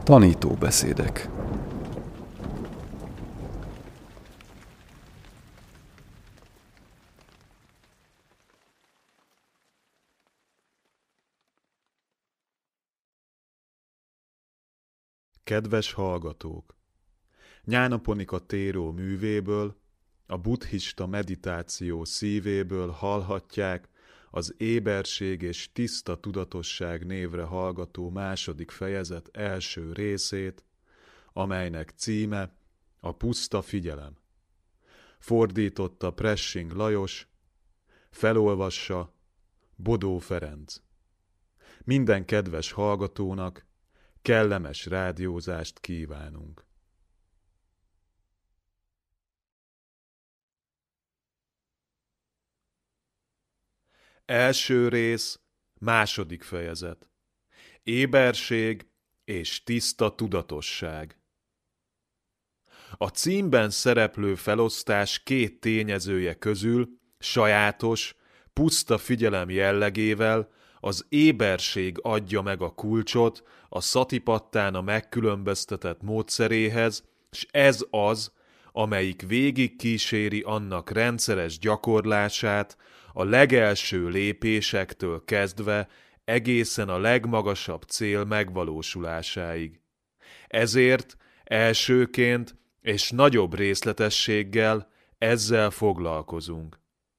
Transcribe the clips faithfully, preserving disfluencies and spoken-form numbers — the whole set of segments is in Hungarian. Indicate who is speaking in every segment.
Speaker 1: Tanítóbeszédek.
Speaker 2: Kedves hallgatók! Nyánaponika Théró művéből, a buddhista meditáció szívéből hallhatják az éberség és tiszta tudatosság névre hallgató második fejezet első részét, amelynek címe a puszta figyelem. Fordította Pressing Lajos, felolvassa Bodó Ferenc. Minden kedves hallgatónak kellemes rádiózást kívánunk. Első rész, második fejezet. Éberség és tiszta tudatosság. A címben szereplő felosztás két tényezője közül sajátos, puszta figyelem jellegével az éberség adja meg a kulcsot a Satipatthana megkülönböztetett módszeréhez, s ez az, amelyik végig kíséri annak rendszeres gyakorlását, a legelső lépésektől kezdve egészen a legmagasabb cél megvalósulásáig. Ezért elsőként és nagyobb részletességgel ezzel foglalkozunk.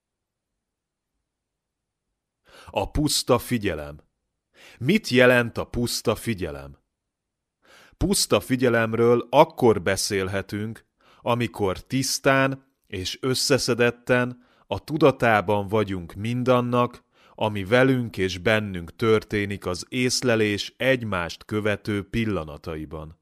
Speaker 2: A puszta figyelem. Mit jelent a puszta figyelem? Puszta figyelemről akkor beszélhetünk, amikor tisztán és összeszedetten a tudatában vagyunk mindannak, ami velünk és bennünk történik az észlelés egymást követő pillanataiban.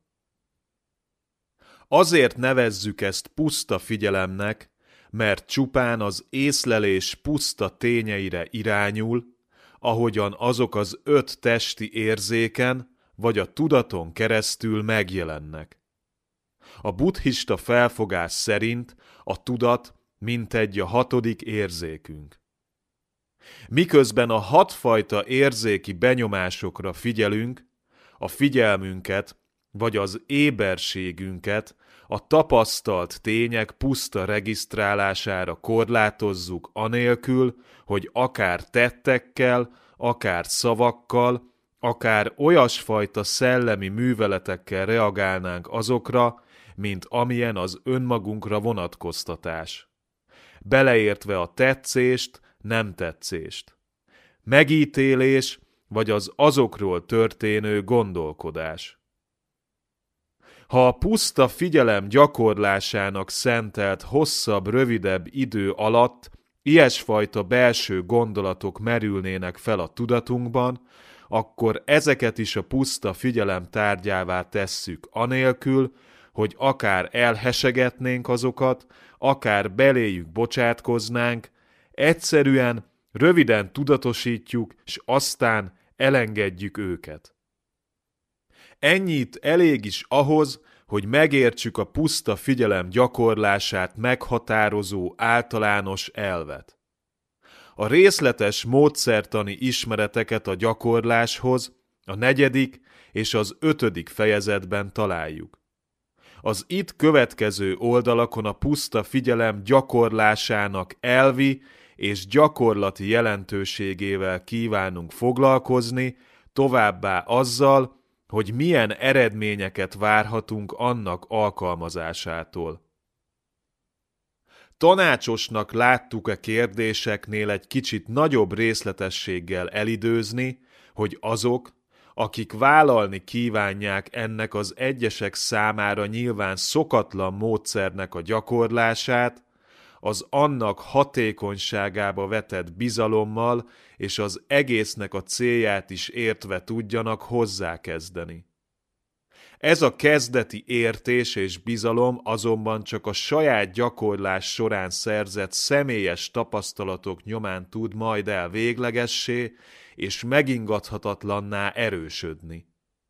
Speaker 2: Azért nevezzük ezt puszta figyelemnek, mert csupán az észlelés puszta tényeire irányul, ahogyan azok az öt testi érzéken vagy a tudaton keresztül megjelennek. A buddhista felfogás szerint a tudat mintegy a hatodik érzékünk. Miközben a hatfajta érzéki benyomásokra figyelünk, a figyelmünket vagy az éberségünket a tapasztalt tények puszta regisztrálására korlátozzuk anélkül, hogy akár tettekkel, akár szavakkal, akár olyasfajta szellemi műveletekkel reagálnánk azokra, mint amilyen az önmagunkra vonatkoztatás. Beleértve a tetszést, nem tetszést. Megítélés vagy az azokról történő gondolkodás. Ha a puszta figyelem gyakorlásának szentelt hosszabb, rövidebb idő alatt ilyesfajta belső gondolatok merülnének fel a tudatunkban, akkor ezeket is a puszta figyelem tárgyává tesszük anélkül, hogy akár elhesegetnénk azokat, akár beléjük bocsátkoznánk, egyszerűen, röviden tudatosítjuk, s aztán elengedjük őket. Ennyit elég is ahhoz, hogy megértsük a puszta figyelem gyakorlását meghatározó általános elvet. A részletes módszertani ismereteket a gyakorláshoz a negyedik és az ötödik fejezetben találjuk. Az itt következő oldalakon a puszta figyelem gyakorlásának elvi és gyakorlati jelentőségével kívánunk foglalkozni, továbbá azzal, hogy milyen eredményeket várhatunk annak alkalmazásától. Tanácsosnak láttuk a kérdéseknél egy kicsit nagyobb részletességgel elidőzni, hogy azok, akik vállalni kívánják ennek az egyesek számára nyilván szokatlan módszernek a gyakorlását, az annak hatékonyságába vetett bizalommal és az egésznek a célját is értve tudjanak hozzákezdeni. Ez a kezdeti értés és bizalom azonban csak a saját gyakorlás során szerzett személyes tapasztalatok nyomán tud majd el véglegessé és megingathatatlanná erősödni.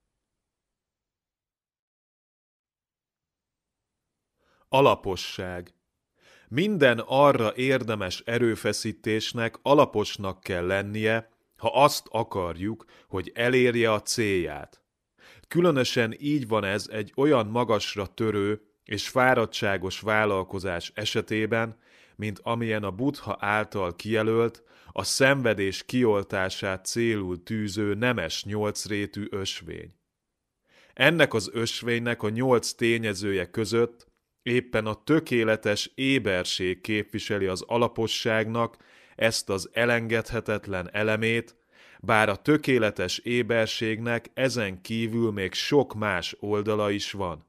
Speaker 2: Alaposság. Minden arra érdemes erőfeszítésnek alaposnak kell lennie, ha azt akarjuk, hogy elérje a célját. Különösen így van ez egy olyan magasra törő és fáradtságos vállalkozás esetében, mint amilyen a Buddha által kijelölt, a szenvedés kioltását célul tűző nemes nyolcrétű ösvény. Ennek az ösvénynek a nyolc tényezője között éppen a tökéletes éberség képviseli az alaposságnak ezt az elengedhetetlen elemét, bár a tökéletes éberségnek ezen kívül még sok más oldala is van.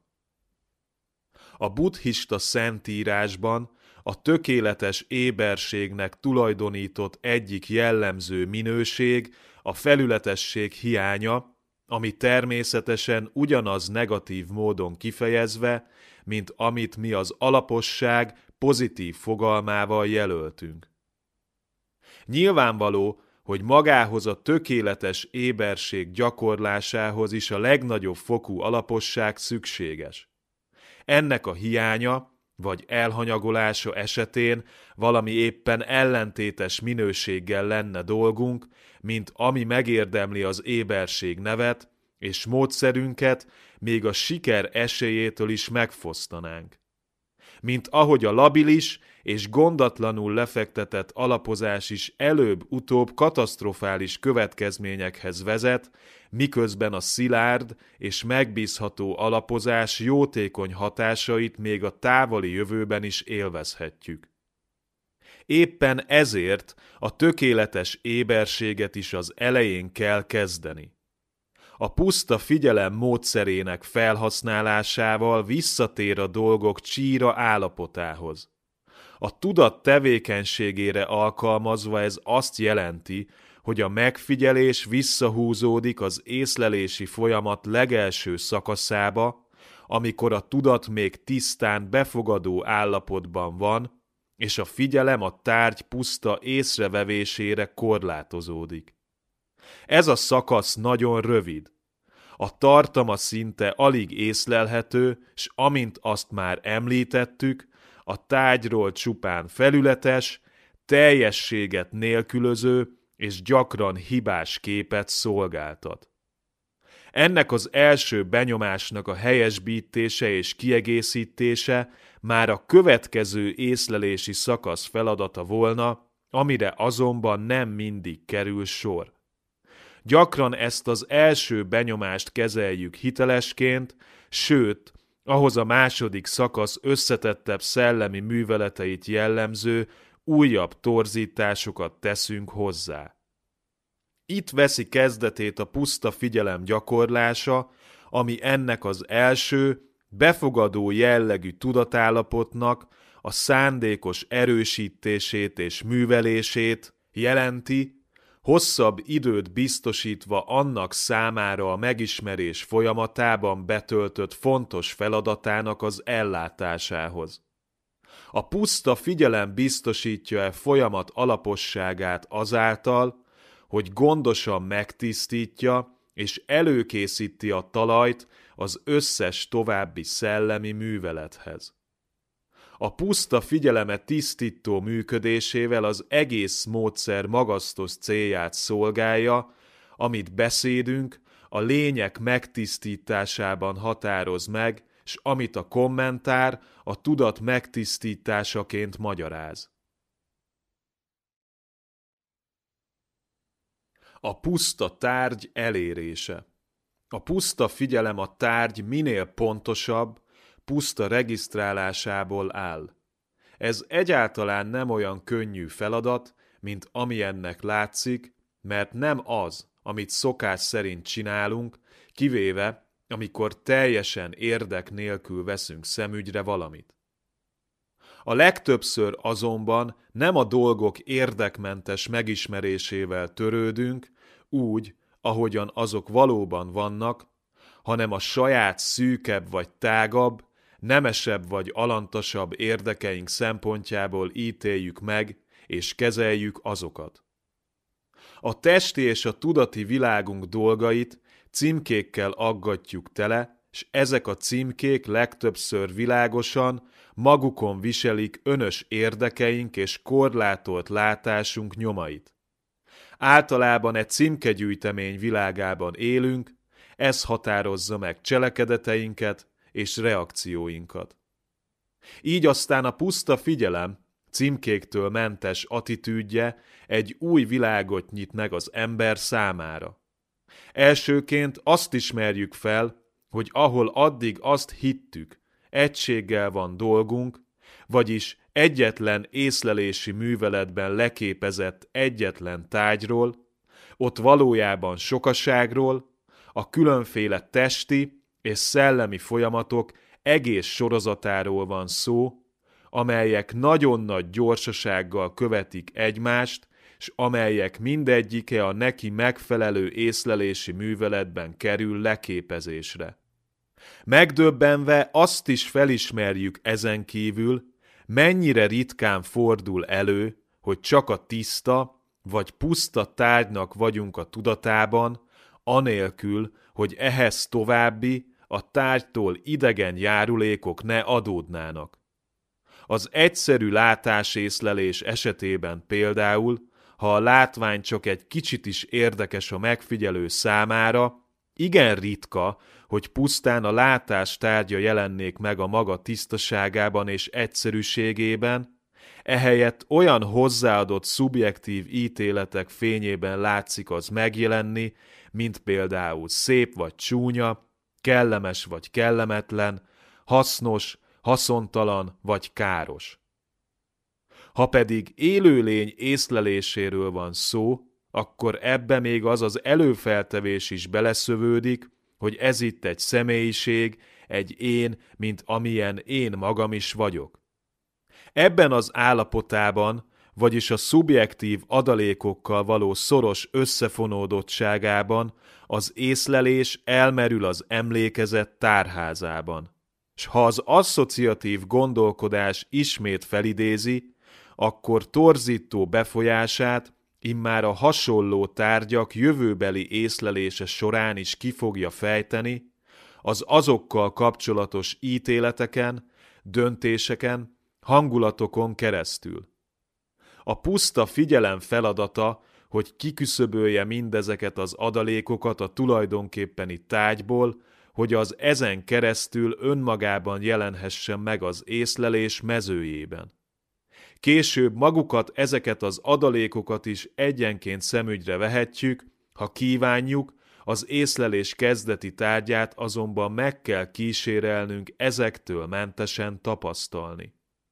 Speaker 2: A buddhista szentírásban a tökéletes éberségnek tulajdonított egyik jellemző minőség a felületesség hiánya, ami természetesen ugyanaz negatív módon kifejezve, mint amit mi az alaposság pozitív fogalmával jelöltünk. Nyilvánvaló, hogy magához a tökéletes éberség gyakorlásához is a legnagyobb fokú alaposság szükséges. Ennek a hiánya vagy elhanyagolása esetén valami éppen ellentétes minőséggel lenne dolgunk, mint ami megérdemli az éberség nevet, és módszerünket még a siker esélyétől is megfosztanánk. Mint ahogy a labilis és gondatlanul lefektetett alapozás is előbb-utóbb katasztrofális következményekhez vezet, miközben a szilárd és megbízható alapozás jótékony hatásait még a távoli jövőben is élvezhetjük. Éppen ezért a tökéletes éberséget is az elején kell kezdeni. A puszta figyelem módszerének felhasználásával visszatér a dolgok csíra állapotához. A tudat tevékenységére alkalmazva ez azt jelenti, hogy a megfigyelés visszahúzódik az észlelési folyamat legelső szakaszába, amikor a tudat még tisztán befogadó állapotban van, és a figyelem a tárgy puszta észrevevésére korlátozódik. Ez a szakasz nagyon rövid. A tartama szinte alig észlelhető, s amint azt már említettük, a tárgyról csupán felületes, teljességet nélkülöző és gyakran hibás képet szolgáltat. Ennek az első benyomásnak a helyesbítése és kiegészítése már a következő észlelési szakasz feladata volna, amire azonban nem mindig kerül sor. Gyakran ezt az első benyomást kezeljük hitelesként, sőt, ahhoz a második szakasz összetettebb szellemi műveleteit jellemző újabb torzításokat teszünk hozzá. Itt veszi kezdetét a puszta figyelem gyakorlása, ami ennek az első, befogadó jellegű tudatállapotnak a szándékos erősítését és művelését jelenti, hosszabb időt biztosítva annak számára a megismerés folyamatában betöltött fontos feladatának az ellátásához. A puszta figyelem biztosítja e folyamat alaposságát azáltal, hogy gondosan megtisztítja és előkészíti a talajt az összes további szellemi művelethez. A puszta figyeleme tisztító működésével az egész módszer magasztos célját szolgálja, amit beszédünk a lények megtisztításában határoz meg, s amit a kommentár a tudat megtisztításaként magyaráz. A puszta tárgy elérése. A puszta figyelem a tárgy minél pontosabb, puszta regisztrálásából áll. Ez egyáltalán nem olyan könnyű feladat, mint amilyennek látszik, mert nem az, amit szokás szerint csinálunk, kivéve, amikor teljesen érdek nélkül veszünk szemügyre valamit. A legtöbbször azonban nem a dolgok érdekmentes megismerésével törődünk, úgy, ahogyan azok valóban vannak, hanem a saját szűkebb vagy tágabb, nemesebb vagy alantasabb érdekeink szempontjából ítéljük meg és kezeljük azokat. A testi és a tudati világunk dolgait címkékkel aggatjuk tele, s ezek a címkék legtöbbször világosan magukon viselik önös érdekeink és korlátolt látásunk nyomait. Általában egy címkegyűjtemény világában élünk, ez határozza meg cselekedeteinket és reakcióinkat. Így aztán a puszta figyelem, címkéktől mentes attitűdje egy új világot nyit meg az ember számára. Elsőként azt ismerjük fel, hogy ahol addig azt hittük, egységgel van dolgunk, vagyis egyetlen észlelési műveletben leképezett egyetlen tárgyról, ott valójában sokaságról, a különféle testi és szellemi folyamatok egész sorozatáról van szó, amelyek nagyon nagy gyorsasággal követik egymást, s amelyek mindegyike a neki megfelelő észlelési műveletben kerül leképezésre. Megdöbbenve azt is felismerjük ezen kívül, mennyire ritkán fordul elő, hogy csak a tiszta vagy puszta tárgynak vagyunk a tudatában, anélkül, hogy ehhez további, a tárgytól idegen járulékok ne adódnának. Az egyszerű látásészlelés esetében például, ha a látvány csak egy kicsit is érdekes a megfigyelő számára, igen ritka, hogy pusztán a látás tárgya jelennék meg a maga tisztaságában és egyszerűségében, ehelyett olyan hozzáadott szubjektív ítéletek fényében látszik az megjelenni, mint például szép vagy csúnya, kellemes vagy kellemetlen, hasznos, haszontalan vagy káros. Ha pedig élőlény észleléséről van szó, akkor ebbe még az az előfeltevés is beleszövődik, hogy ez itt egy személyiség, egy én, mint amilyen én magam is vagyok. Ebben az állapotában, vagyis a szubjektív adalékokkal való szoros összefonódottságában az észlelés elmerül az emlékezet tárházában. S ha az asszociatív gondolkodás ismét felidézi, akkor torzító befolyását immár a hasonló tárgyak jövőbeli észlelése során is ki fogja fejteni, az azokkal kapcsolatos ítéleteken, döntéseken, hangulatokon keresztül. A puszta figyelem feladata, hogy kiküszöbölje mindezeket az adalékokat a tulajdonképpeni tárgyból, hogy az ezen keresztül önmagában jelenhessen meg az észlelés mezőjében. Később magukat, ezeket az adalékokat is egyenként szemügyre vehetjük, ha kívánjuk, az észlelés kezdeti tárgyát azonban meg kell kísérelnünk ezektől mentesen tapasztalni.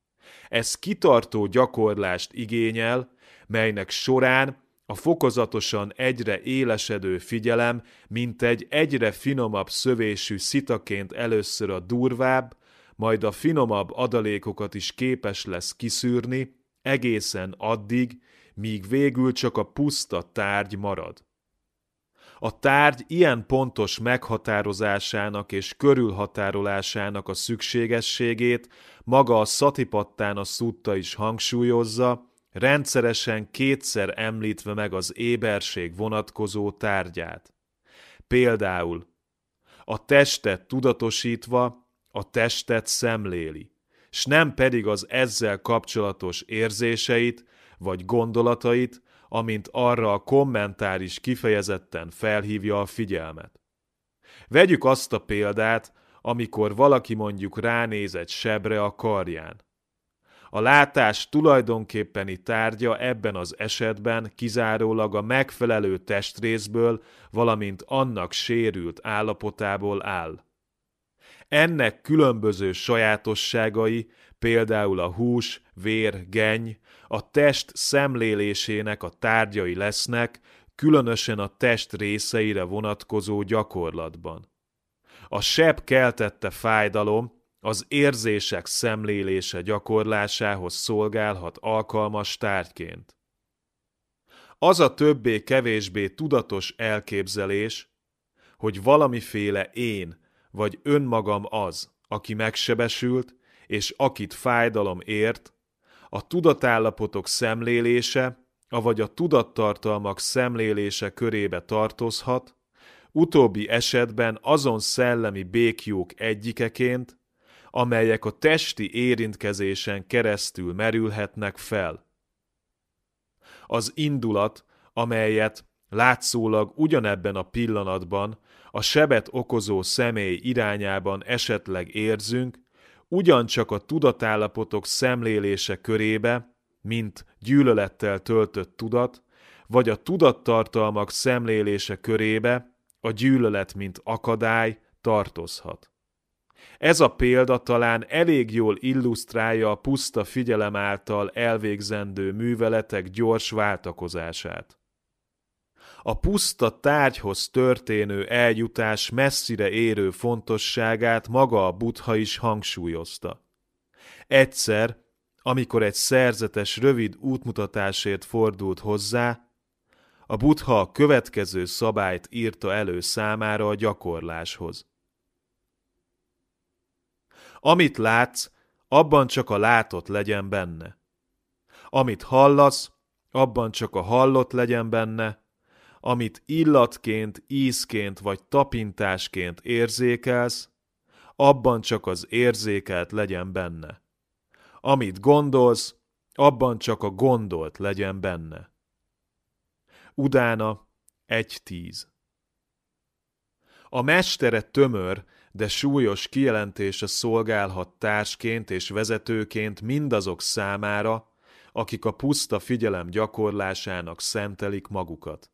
Speaker 2: Ez kitartó gyakorlást igényel, melynek során a fokozatosan egyre élesedő figyelem, mint egy egyre finomabb szövésű szitaként először a durvább, majd a finomabb adalékokat is képes lesz kiszűrni, egészen addig, míg végül csak a puszta tárgy marad. A tárgy ilyen pontos meghatározásának és körülhatárolásának a szükségességét maga a Satipatthana szutta is hangsúlyozza, rendszeresen kétszer említve meg az éberség vonatkozó tárgyát. Például a testet tudatosítva a testet szemléli, s nem pedig az ezzel kapcsolatos érzéseit vagy gondolatait, amint arra a kommentár is kifejezetten felhívja a figyelmet. Vegyük azt a példát, amikor valaki mondjuk ránéz egy sebre a karján. A látás tulajdonképpeni tárgya ebben az esetben kizárólag a megfelelő testrészből, valamint annak sérült állapotából áll. Ennek különböző sajátosságai, például a hús, vér, genny, a test szemlélésének a tárgyai lesznek, különösen a test részeire vonatkozó gyakorlatban. A seb keltette fájdalom az érzések szemlélése gyakorlásához szolgálhat alkalmas tárgyként. Az a többé-kevésbé tudatos elképzelés, hogy valamiféle én vagy önmagam az, aki megsebesült, és akit fájdalom ért, a tudatállapotok szemlélése, avagy a tudattartalmak szemlélése körébe tartozhat, utóbbi esetben azon szellemi béklyók egyikeként, amelyek a testi érintkezésen keresztül merülhetnek fel. Az indulat, amelyet látszólag ugyanebben a pillanatban a sebet okozó személy irányában esetleg érzünk, ugyancsak a tudatállapotok szemlélése körébe, mint gyűlölettel töltött tudat, vagy a tudattartalmak szemlélése körébe a gyűlölet, mint akadály tartozhat. Ez a példa talán elég jól illusztrálja a puszta figyelem által elvégzendő műveletek gyors váltakozását. A puszta tárgyhoz történő eljutás messzire érő fontosságát maga a Buddha is hangsúlyozta. Egyszer, amikor egy szerzetes rövid útmutatásért fordult hozzá, a Buddha a következő szabályt írta elő számára a gyakorláshoz. Amit látsz, abban csak a látott legyen benne. Amit hallasz, abban csak a hallott legyen benne. Amit illatként, ízként vagy tapintásként érzékelsz, abban csak az érzékelt legyen benne. Amit gondolsz, abban csak a gondolt legyen benne. Udána egy tíz. A mestere tömör, de súlyos kijelentése szolgálhat társként és vezetőként mindazok számára, akik a puszta figyelem gyakorlásának szentelik magukat.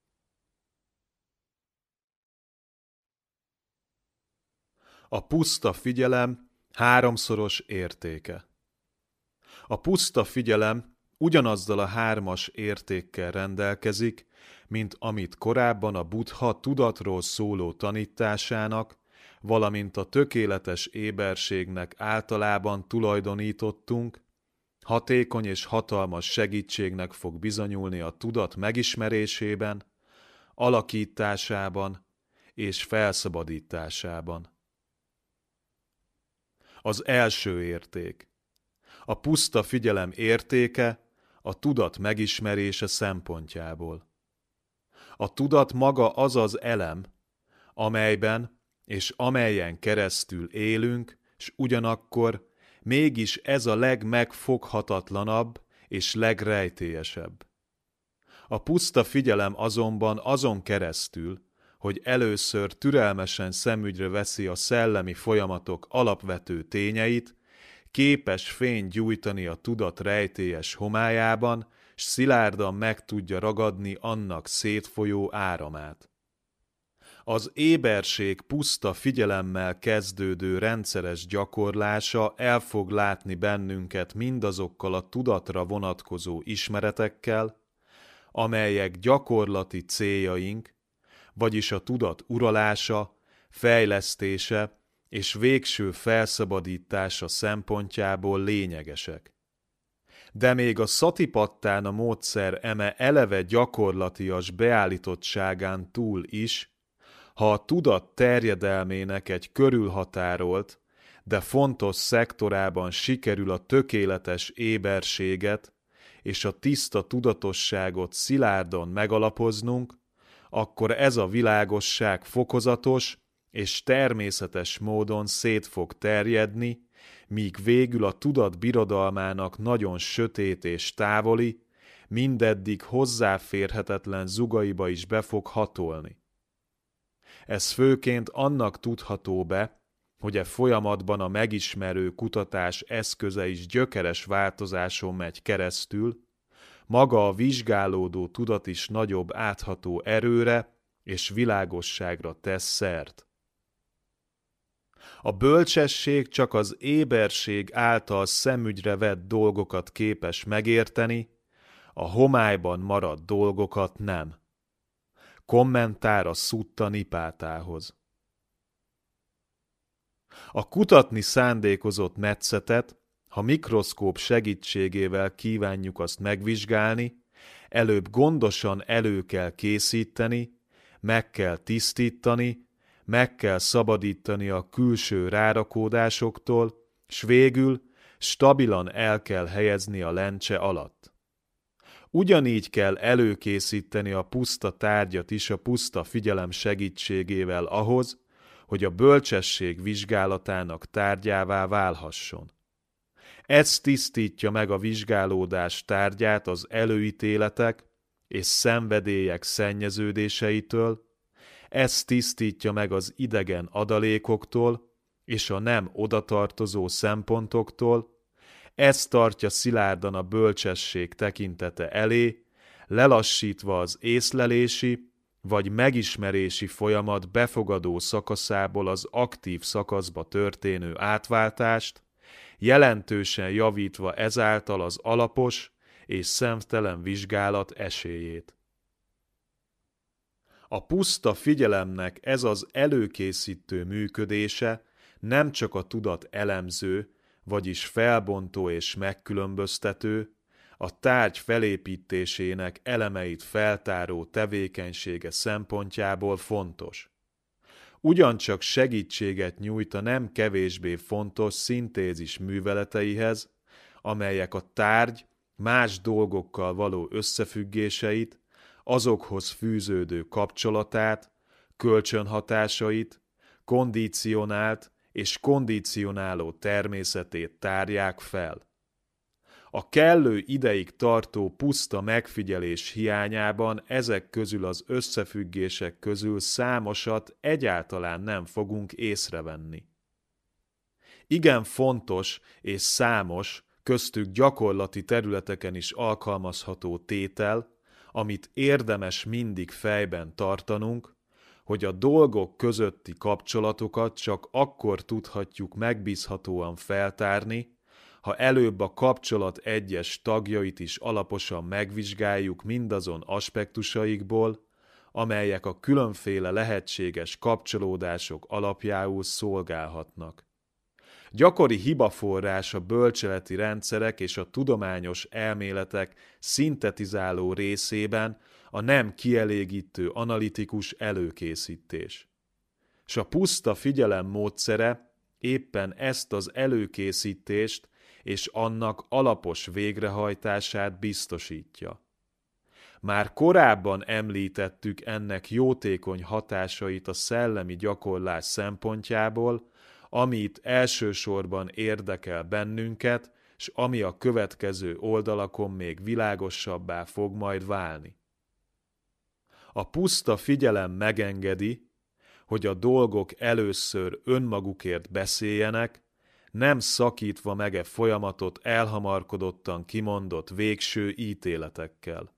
Speaker 2: A puszta figyelem háromszoros értéke. A puszta figyelem ugyanazzal a hármas értékkel rendelkezik, mint amit korábban a Buddha tudatról szóló tanításának, valamint a tökéletes éberségnek általában tulajdonítottunk, hatékony és hatalmas segítségnek fog bizonyulni a tudat megismerésében, alakításában és felszabadításában. Az első érték. A puszta figyelem értéke a tudat megismerése szempontjából. A tudat maga az az elem, amelyben és amelyen keresztül élünk, s ugyanakkor mégis ez a legmegfoghatatlanabb és legrejtélyesebb. A puszta figyelem azonban azon keresztül, hogy először türelmesen szemügyre veszi a szellemi folyamatok alapvető tényeit, képes fényt gyújtani a tudat rejtélyes homályában, s szilárdan meg tudja ragadni annak szétfolyó áramát. Az éberség puszta figyelemmel kezdődő rendszeres gyakorlása el fog látni bennünket mindazokkal a tudatra vonatkozó ismeretekkel, amelyek gyakorlati céljaink, vagyis a tudat uralása, fejlesztése és végső felszabadítása szempontjából lényegesek. De még a Satipatthana módszer eme eleve gyakorlatias beállítottságán túl is, ha a tudat terjedelmének egy körülhatárolt, de fontos szektorában sikerül a tökéletes éberséget és a tiszta tudatosságot szilárdan megalapoznunk, akkor ez a világosság fokozatos és természetes módon szét fog terjedni, míg végül a tudat birodalmának nagyon sötét és távoli, mindeddig hozzáférhetetlen zugaiba is be fog hatolni. Ez főként annak tudható be, hogy e folyamatban a megismerő kutatás eszköze is gyökeres változáson megy keresztül, maga a vizsgálódó tudat is nagyobb átható erőre és világosságra tesz szert. A bölcsesség csak az éberség által szemügyre vett dolgokat képes megérteni, a homályban maradt dolgokat nem. Kommentár a Szutta Nipátához. A kutatni szándékozott metszetet, ha mikroszkóp segítségével kívánjuk azt megvizsgálni, előbb gondosan elő kell készíteni, meg kell tisztítani, meg kell szabadítani a külső rárakódásoktól, s végül stabilan el kell helyezni a lencse alatt. Ugyanígy kell előkészíteni a puszta tárgyat is a puszta figyelem segítségével ahhoz, hogy a bölcsesség vizsgálatának tárgyává válhasson. Ez tisztítja meg a vizsgálódás tárgyát az előítéletek, és szenvedélyek szennyeződéseitől, ez tisztítja meg az idegen adalékoktól és a nem odatartozó szempontoktól, ez tartja szilárdan a bölcsesség tekintete elé, lelassítva az észlelési vagy megismerési folyamat befogadó szakaszából az aktív szakaszba történő átváltást, jelentősen javítva ezáltal az alapos és szemtelen vizsgálat esélyét. A puszta figyelemnek ez az előkészítő működése nem csak a tudat elemző, vagyis felbontó és megkülönböztető, a tárgy felépítésének elemeit feltáró tevékenysége szempontjából fontos. Ugyancsak segítséget nyújt a nem kevésbé fontos szintézis műveleteihez, amelyek a tárgy más dolgokkal való összefüggéseit, azokhoz fűződő kapcsolatát, kölcsönhatásait, kondicionált és kondicionáló természetét tárják fel. A kellő ideig tartó puszta megfigyelés hiányában ezek közül az összefüggések közül számosat egyáltalán nem fogunk észrevenni. Igen fontos és számos, köztük gyakorlati területeken is alkalmazható tétel, amit érdemes mindig fejben tartanunk, hogy a dolgok közötti kapcsolatokat csak akkor tudhatjuk megbízhatóan feltárni, ha előbb a kapcsolat egyes tagjait is alaposan megvizsgáljuk mindazon aspektusaikból, amelyek a különféle lehetséges kapcsolódások alapjául szolgálhatnak. Gyakori hibaforrás a bölcseleti rendszerek és a tudományos elméletek szintetizáló részében a nem kielégítő analitikus előkészítés. S a puszta figyelem módszere éppen ezt az előkészítést és annak alapos végrehajtását biztosítja. Már korábban említettük ennek jótékony hatásait a szellemi gyakorlás szempontjából, ami itt elsősorban érdekel bennünket, s ami a következő oldalakon még világosabbá fog majd válni. A puszta figyelem megengedi, hogy a dolgok először önmagukért beszéljenek, nem szakítva meg e folyamatot elhamarkodottan kimondott végső ítéletekkel.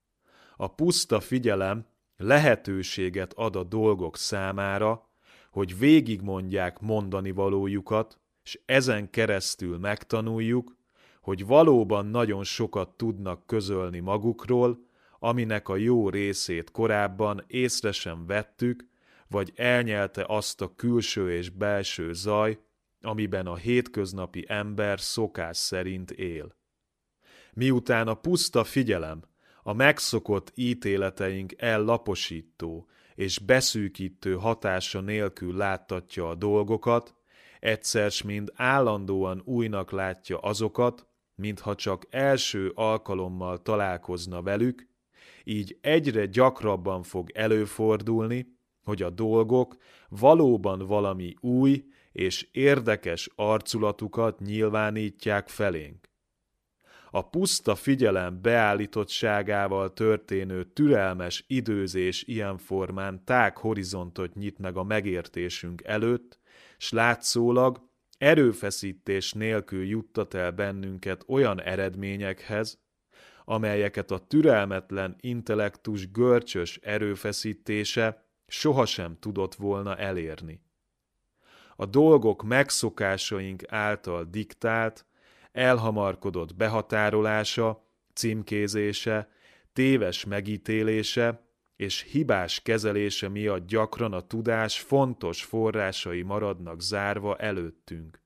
Speaker 2: A puszta figyelem lehetőséget ad a dolgok számára, hogy végigmondják mondani valójukat, s ezen keresztül megtanuljuk, hogy valóban nagyon sokat tudnak közölni magukról, aminek a jó részét korábban észre sem vettük, vagy elnyelte azt a külső és belső zaj, amiben a hétköznapi ember szokás szerint él. Miután a puszta figyelem a megszokott ítéleteink ellaposító és beszűkítő hatása nélkül láttatja a dolgokat, egyszer s mind állandóan újnak látja azokat, mintha csak első alkalommal találkozna velük, így egyre gyakrabban fog előfordulni, hogy a dolgok valóban valami új és érdekes arculatukat nyilvánítják felénk. A puszta figyelem beállítottságával történő türelmes időzés ilyen formán tág horizontot nyit meg a megértésünk előtt, s látszólag erőfeszítés nélkül juttat el bennünket olyan eredményekhez, amelyeket a türelmetlen intellektus görcsös erőfeszítése sohasem tudott volna elérni. A dolgok megszokásaink által diktált, elhamarkodott behatárolása, címkézése, téves megítélése és hibás kezelése miatt gyakran a tudás fontos forrásai maradnak zárva előttünk.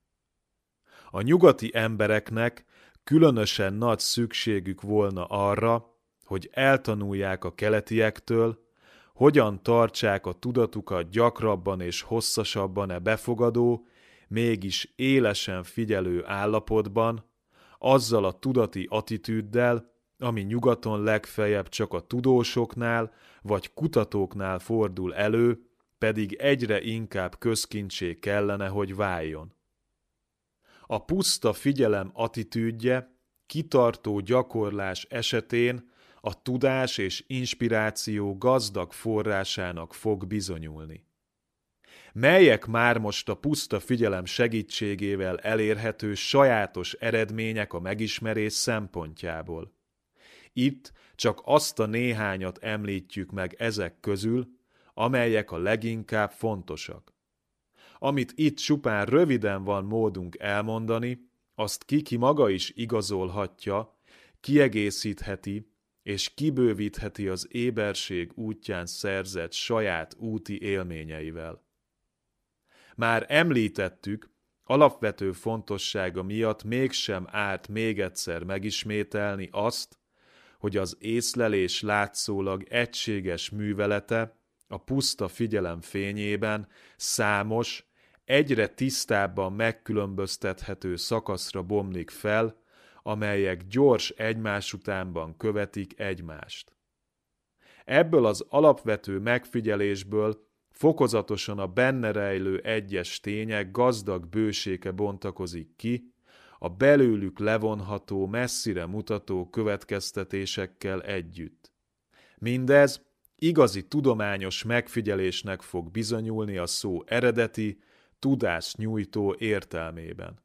Speaker 2: A nyugati embereknek különösen nagy szükségük volna arra, hogy eltanulják a keletiektől, hogyan tartsák a tudatukat gyakrabban és hosszasabban e befogadó, mégis élesen figyelő állapotban, azzal a tudati attitűddel, ami nyugaton legfeljebb csak a tudósoknál vagy kutatóknál fordul elő, pedig egyre inkább közkincsé kellene, hogy váljon. A puszta figyelem attitűdje kitartó gyakorlás esetén a tudás és inspiráció gazdag forrásának fog bizonyulni. Melyek már most a puszta figyelem segítségével elérhető sajátos eredmények a megismerés szempontjából? Itt csak azt a néhányat említjük meg ezek közül, amelyek a leginkább fontosak. Amit itt csupán röviden van módunk elmondani, azt ki-ki maga is igazolhatja, kiegészítheti és kibővítheti az éberség útján szerzett saját úti élményeivel. Már említettük, alapvető fontossága miatt mégsem árt még egyszer megismételni azt, hogy az észlelés látszólag egységes művelete a puszta figyelem fényében számos, egyre tisztábban megkülönböztethető szakaszra bomlik fel, amelyek gyors egymás utánban követik egymást. Ebből az alapvető megfigyelésből fokozatosan a benne rejlő egyes tények gazdag bősége bontakozik ki, a belőlük levonható, messzire mutató következtetésekkel együtt. Mindez igazi tudományos megfigyelésnek fog bizonyulni a szó eredeti, tudást nyújtó értelmében.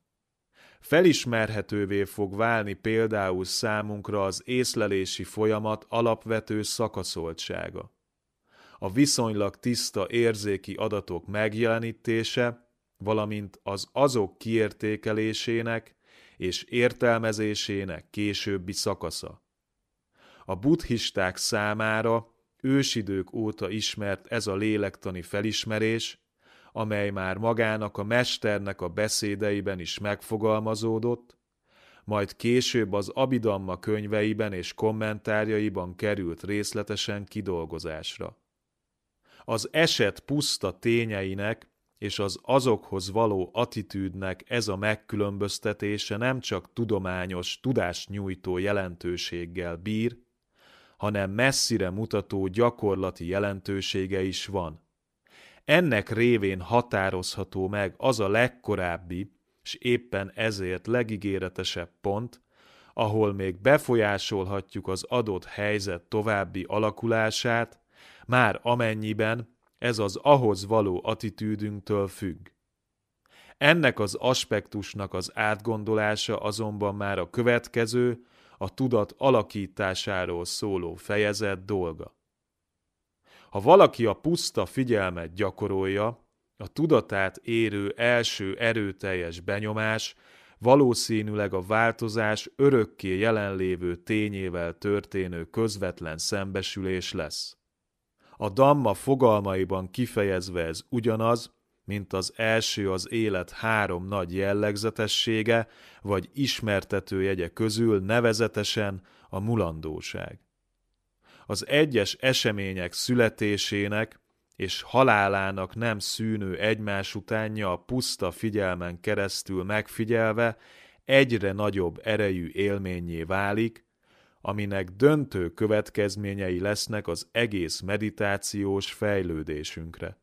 Speaker 2: Felismerhetővé fog válni például számunkra az észlelési folyamat alapvető szakaszoltsága. A viszonylag tiszta érzéki adatok megjelenítése, valamint az azok kiértékelésének és értelmezésének későbbi szakasza. A buddhisták számára ősidők óta ismert ez a lélektani felismerés, amely már magának a mesternek a beszédeiben is megfogalmazódott, majd később az Abhidhamma könyveiben és kommentárjaiban került részletesen kidolgozásra. Az eset puszta tényeinek és az azokhoz való attitűdnek ez a megkülönböztetése nem csak tudományos, tudásnyújtó jelentőséggel bír, hanem messzire mutató gyakorlati jelentősége is van. Ennek révén határozható meg az a legkorábbi, és éppen ezért legígéretesebb pont, ahol még befolyásolhatjuk az adott helyzet további alakulását, már amennyiben ez az ahhoz való attitűdünktől függ. Ennek az aspektusnak az átgondolása azonban már a következő, a tudat alakításáról szóló fejezet dolga. Ha valaki a puszta figyelmet gyakorolja, a tudatát érő első erőteljes benyomás valószínűleg a változás örökké jelenlévő tényével történő közvetlen szembesülés lesz. A Dhamma fogalmaiban kifejezve ez ugyanaz, mint az első az élet három nagy jellegzetessége vagy ismertetőjegye közül, nevezetesen a mulandóság. Az egyes események születésének és halálának nem szűnő egymás utánja a puszta figyelmen keresztül megfigyelve egyre nagyobb erejű élménnyé válik, aminek döntő következményei lesznek az egész meditációs fejlődésünkre.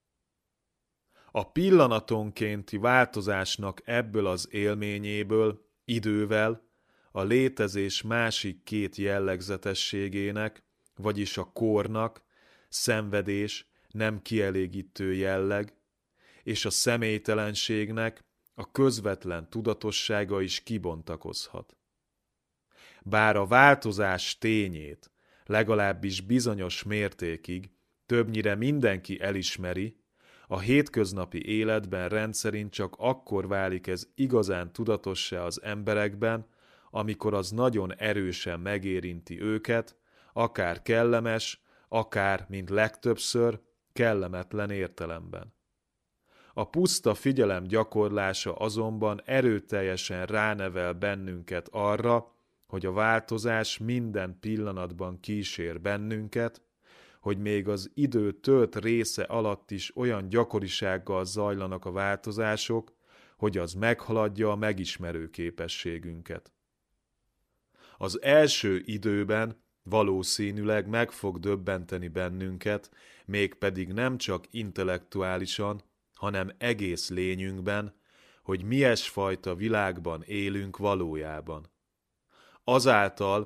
Speaker 2: A pillanatonkénti változásnak ebből az élményéből idővel a létezés másik két jellegzetességének, vagyis a kórnak, szenvedés, nem kielégítő jelleg, és a személytelenségnek a közvetlen tudatossága is kibontakozhat. Bár a változás tényét legalábbis bizonyos mértékig többnyire mindenki elismeri, a hétköznapi életben rendszerint csak akkor válik ez igazán tudatossá az emberekben, amikor az nagyon erősen megérinti őket, akár kellemes, akár, mint legtöbbször, kellemetlen értelemben. A puszta figyelem gyakorlása azonban erőteljesen ránevel bennünket arra, hogy a változás minden pillanatban kísér bennünket, hogy még az idő tölt része alatt is olyan gyakorisággal zajlanak a változások, hogy az meghaladja a megismerő képességünket. Az első időben valószínűleg meg fog döbbenteni bennünket, mégpedig nem csak intellektuálisan, hanem egész lényünkben, hogy milyesfajta világban élünk valójában. Azáltal,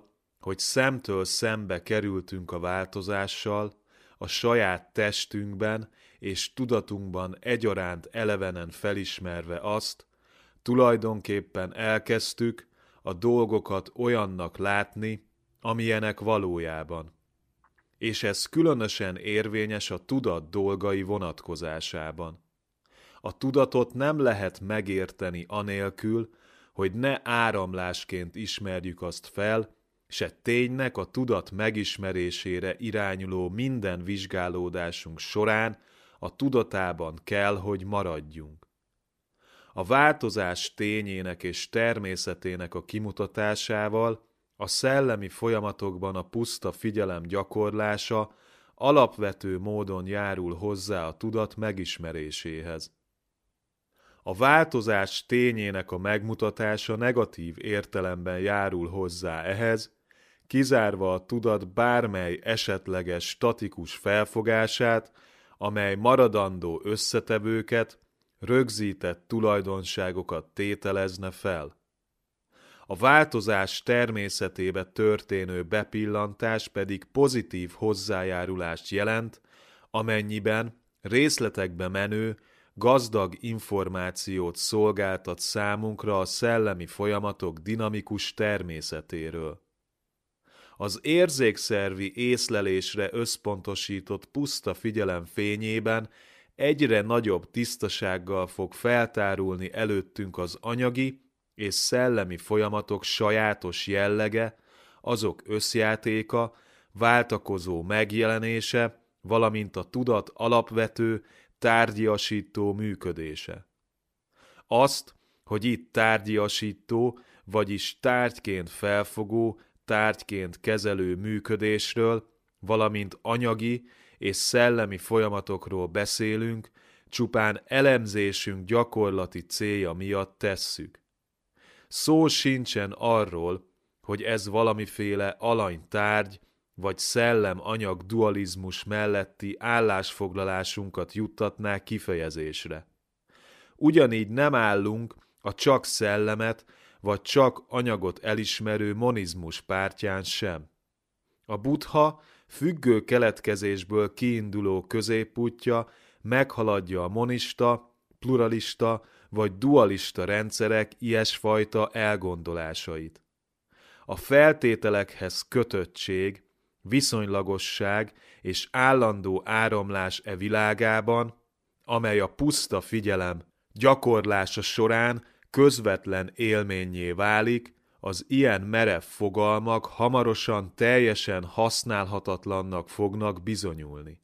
Speaker 2: hogy szemtől szembe kerültünk a változással, a saját testünkben és tudatunkban egyaránt elevenen felismerve azt, tulajdonképpen elkezdtük a dolgokat olyannak látni, amilyenek valójában. És ez különösen érvényes a tudat dolgai vonatkozásában. A tudatot nem lehet megérteni anélkül, hogy ne áramlásként ismerjük azt fel, se ténynek a tudat megismerésére irányuló minden vizsgálódásunk során a tudatában kell, hogy maradjunk. A változás tényének és természetének a kimutatásával a szellemi folyamatokban a puszta figyelem gyakorlása alapvető módon járul hozzá a tudat megismeréséhez. A változás tényének a megmutatása negatív értelemben járul hozzá ehhez, kizárva a tudat bármely esetleges statikus felfogását, amely maradandó összetevőket, rögzített tulajdonságokat tételezne fel. A változás természetébe történő bepillantás pedig pozitív hozzájárulást jelent, amennyiben részletekbe menő, gazdag információt szolgáltat számunkra a szellemi folyamatok dinamikus természetéről. Az érzékszervi észlelésre összpontosított puszta figyelem fényében egyre nagyobb tisztasággal fog feltárulni előttünk az anyagi és szellemi folyamatok sajátos jellege, azok összjátéka, váltakozó megjelenése, valamint a tudat alapvető, tárgyiasító működése. Azt, hogy itt tárgyiasító, vagyis tárgyként felfogó, tárgyként kezelő működésről, valamint anyagi és szellemi folyamatokról beszélünk, csupán elemzésünk gyakorlati célja miatt tesszük. Szó sincsen arról, hogy ez valamiféle alanytárgy vagy szellem-anyag dualizmus melletti állásfoglalásunkat juttatná kifejezésre. Ugyanígy nem állunk a csak szellemet vagy csak anyagot elismerő monizmus pártján sem. A Buddha függő keletkezésből kiinduló középútja meghaladja a monista, pluralista vagy dualista rendszerek ilyesfajta elgondolásait. A feltételekhez kötöttség, viszonylagosság és állandó áramlás e világában, amely a puszta figyelem gyakorlása során közvetlen élménnyé válik, az ilyen merev fogalmak hamarosan teljesen használhatatlannak fognak bizonyulni.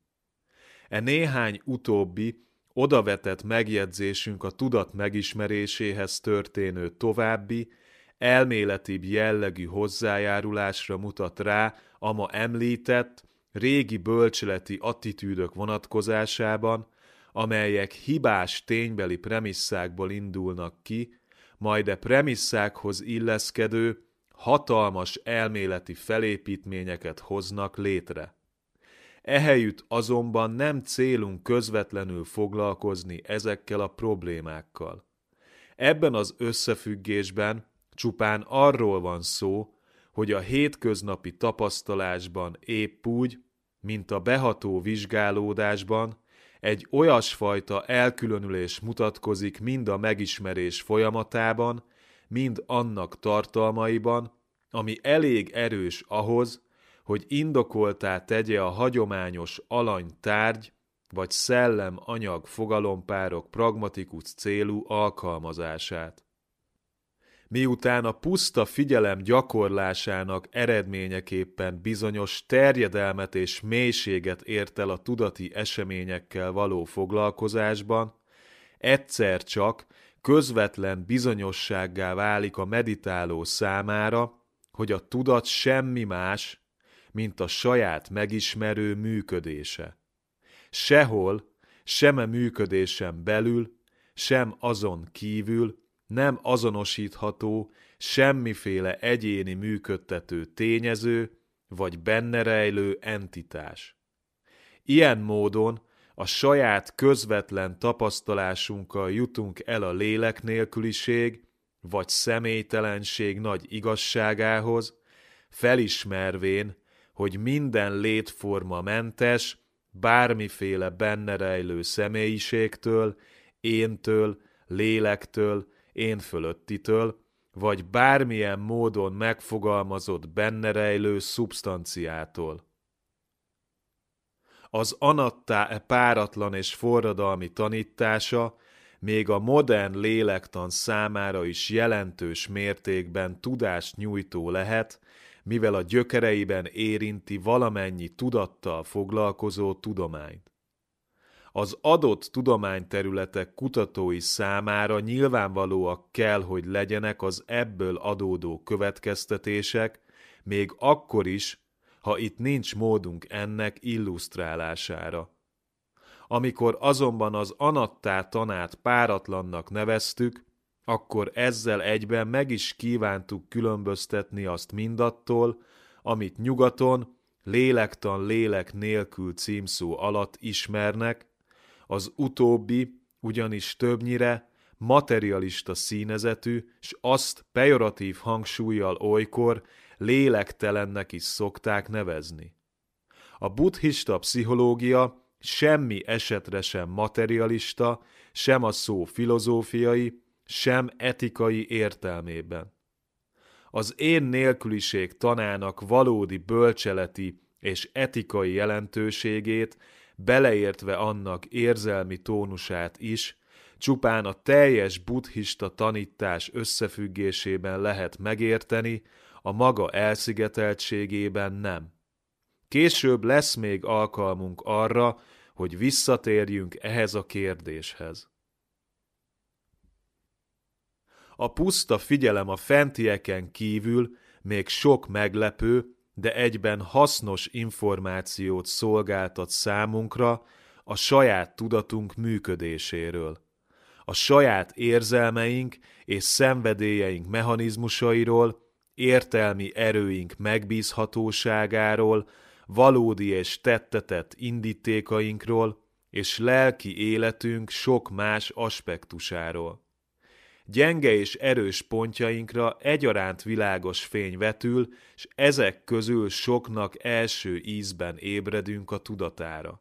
Speaker 2: E néhány utóbbi, odavetett megjegyzésünk a tudat megismeréséhez történő további, elméletibb jellegű hozzájárulásra mutat rá a ma említett, régi bölcseleti attitűdök vonatkozásában, amelyek hibás ténybeli premisszákból indulnak ki, majd e premisszákhoz illeszkedő, hatalmas elméleti felépítményeket hoznak létre. Ehelyütt azonban nem célunk közvetlenül foglalkozni ezekkel a problémákkal. Ebben az összefüggésben csupán arról van szó, hogy a hétköznapi tapasztalásban épp úgy, mint a beható vizsgálódásban, egy olyasfajta elkülönülés mutatkozik mind a megismerés folyamatában, mind annak tartalmaiban, ami elég erős ahhoz, hogy indokoltá tegye a hagyományos alany-tárgy vagy szellem-anyag fogalompárok pragmatikus célú alkalmazását. Miután a puszta figyelem gyakorlásának eredményeképpen bizonyos terjedelmet és mélységet ért el a tudati eseményekkel való foglalkozásban, egyszer csak közvetlen bizonyossággá válik a meditáló számára, hogy a tudat semmi más, mint a saját megismerő működése. Sehol, sem a működésen belül, sem azon kívül nem azonosítható semmiféle egyéni működtető tényező vagy benne rejlő entitás. Ilyen módon a saját közvetlen tapasztalásunkkal jutunk el a lélek nélküliség vagy személytelenség nagy igazságához, felismervén, hogy minden létforma mentes, bármiféle benne rejlő személyiségtől, éntől, lélektől, én fölöttitől, vagy bármilyen módon megfogalmazott benne rejlő szubstanciától. Az anattá páratlan és forradalmi tanítása még a modern lélektan számára is jelentős mértékben tudást nyújtó lehet, mivel a gyökereiben érinti valamennyi tudattal foglalkozó tudományt. Az adott tudományterületek kutatói számára nyilvánvalóak kell, hogy legyenek az ebből adódó következtetések, még akkor is, ha itt nincs módunk ennek illusztrálására. Amikor azonban az anattá tanát páratlannak neveztük, akkor ezzel egyben meg is kívántuk különböztetni azt mindattól, amit nyugaton lélektan lélek nélkül címszó alatt ismernek, az utóbbi ugyanis többnyire materialista színezetű, s azt pejoratív hangsúllyal olykor lélektelennek is szokták nevezni. A buddhista pszichológia semmi esetre sem materialista, sem a szó filozófiai, sem etikai értelmében. Az én nélküliség tanának valódi bölcseleti és etikai jelentőségét, beleértve annak érzelmi tónusát is, csupán a teljes buddhista tanítás összefüggésében lehet megérteni, a maga elszigeteltségében nem. Később lesz még alkalmunk arra, hogy visszatérjünk ehhez a kérdéshez. A puszta figyelem a fentieken kívül még sok meglepő, de egyben hasznos információt szolgáltat számunkra a saját tudatunk működéséről, a saját érzelmeink és szenvedélyeink mechanizmusairól, értelmi erőink megbízhatóságáról, valódi és tettetett indítékainkról és lelki életünk sok más aspektusáról. Gyenge és erős pontjainkra egyaránt világos fény vetül, s ezek közül soknak első ízben ébredünk a tudatára.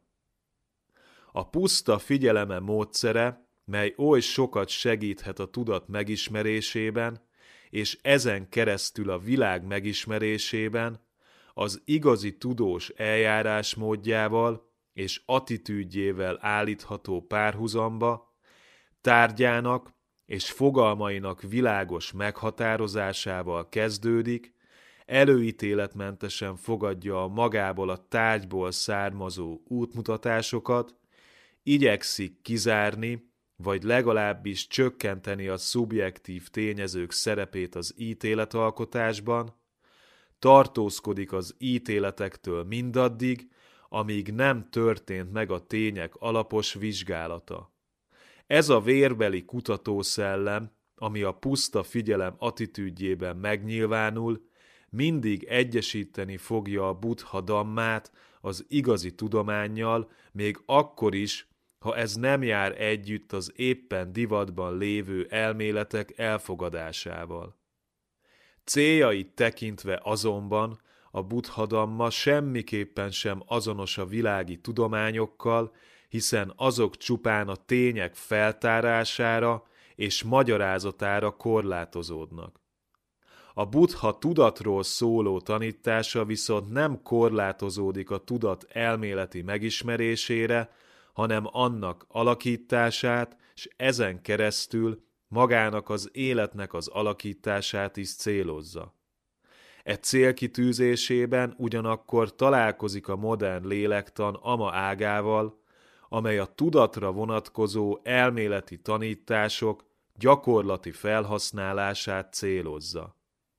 Speaker 2: A puszta figyeleme módszere, mely oly sokat segíthet a tudat megismerésében, és ezen keresztül a világ megismerésében, az igazi tudós eljárásmódjával és attitűdjével állítható párhuzamba, tárgyának és fogalmainak világos meghatározásával kezdődik, előítéletmentesen fogadja a magából a tárgyból származó útmutatásokat, igyekszik kizárni, vagy legalábbis csökkenteni a szubjektív tényezők szerepét az ítéletalkotásban, tartózkodik az ítéletektől mindaddig, amíg nem történt meg a tények alapos vizsgálata. Ez a vérbeli kutatószellem, ami a puszta figyelem attitűdjében megnyilvánul, mindig egyesíteni fogja a Buddha dammát az igazi tudománnyal, még akkor is, ha ez nem jár együtt az éppen divatban lévő elméletek elfogadásával. Céljait tekintve azonban a Buddha damma semmiképpen sem azonos a világi tudományokkal, hiszen azok csupán a tények feltárására és magyarázatára korlátozódnak. A Buddha tudatról szóló tanítása viszont nem korlátozódik a tudat elméleti megismerésére, hanem annak alakítását, és ezen keresztül magának az életnek az alakítását is célozza. E célkitűzésében ugyanakkor találkozik a modern lélektan ama ágával, amely a tudatra vonatkozó elméleti tanítások gyakorlati felhasználását célozza.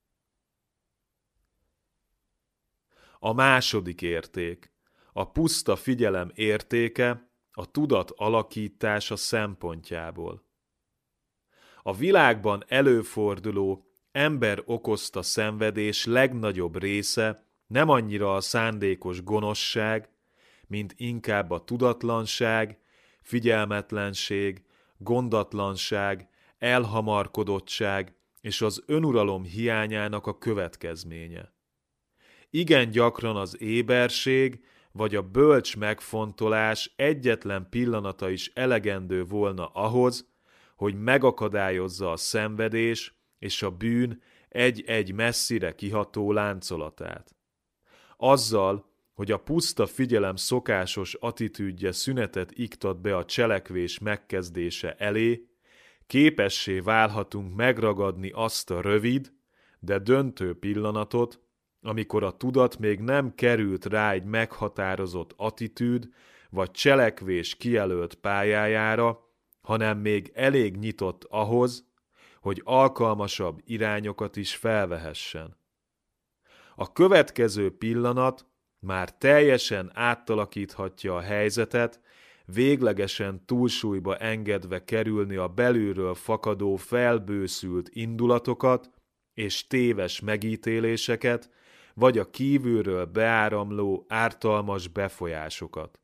Speaker 2: A második érték, a puszta figyelem értéke a tudat alakítása szempontjából. A világban előforduló ember okozta szenvedés legnagyobb része nem annyira a szándékos gonoszság, mint inkább a tudatlanság, figyelmetlenség, gondatlanság, elhamarkodottság és az önuralom hiányának a következménye. Igen gyakran az éberség vagy a bölcs megfontolás egyetlen pillanata is elegendő volna ahhoz, hogy megakadályozza a szenvedés és a bűn egy-egy messzire kiható láncolatát. Azzal, hogy a puszta figyelem szokásos attitűdje szünetet iktat be a cselekvés megkezdése elé, képessé válhatunk megragadni azt a rövid, de döntő pillanatot, amikor a tudat még nem került rá egy meghatározott attitűd vagy cselekvés kijelölt pályájára, hanem még elég nyitott ahhoz, hogy alkalmasabb irányokat is felvehessen. A következő pillanat már teljesen átalakíthatja a helyzetet, véglegesen túlsúlyba engedve kerülni a belülről fakadó felbőszült indulatokat és téves megítéléseket, vagy a kívülről beáramló ártalmas befolyásokat.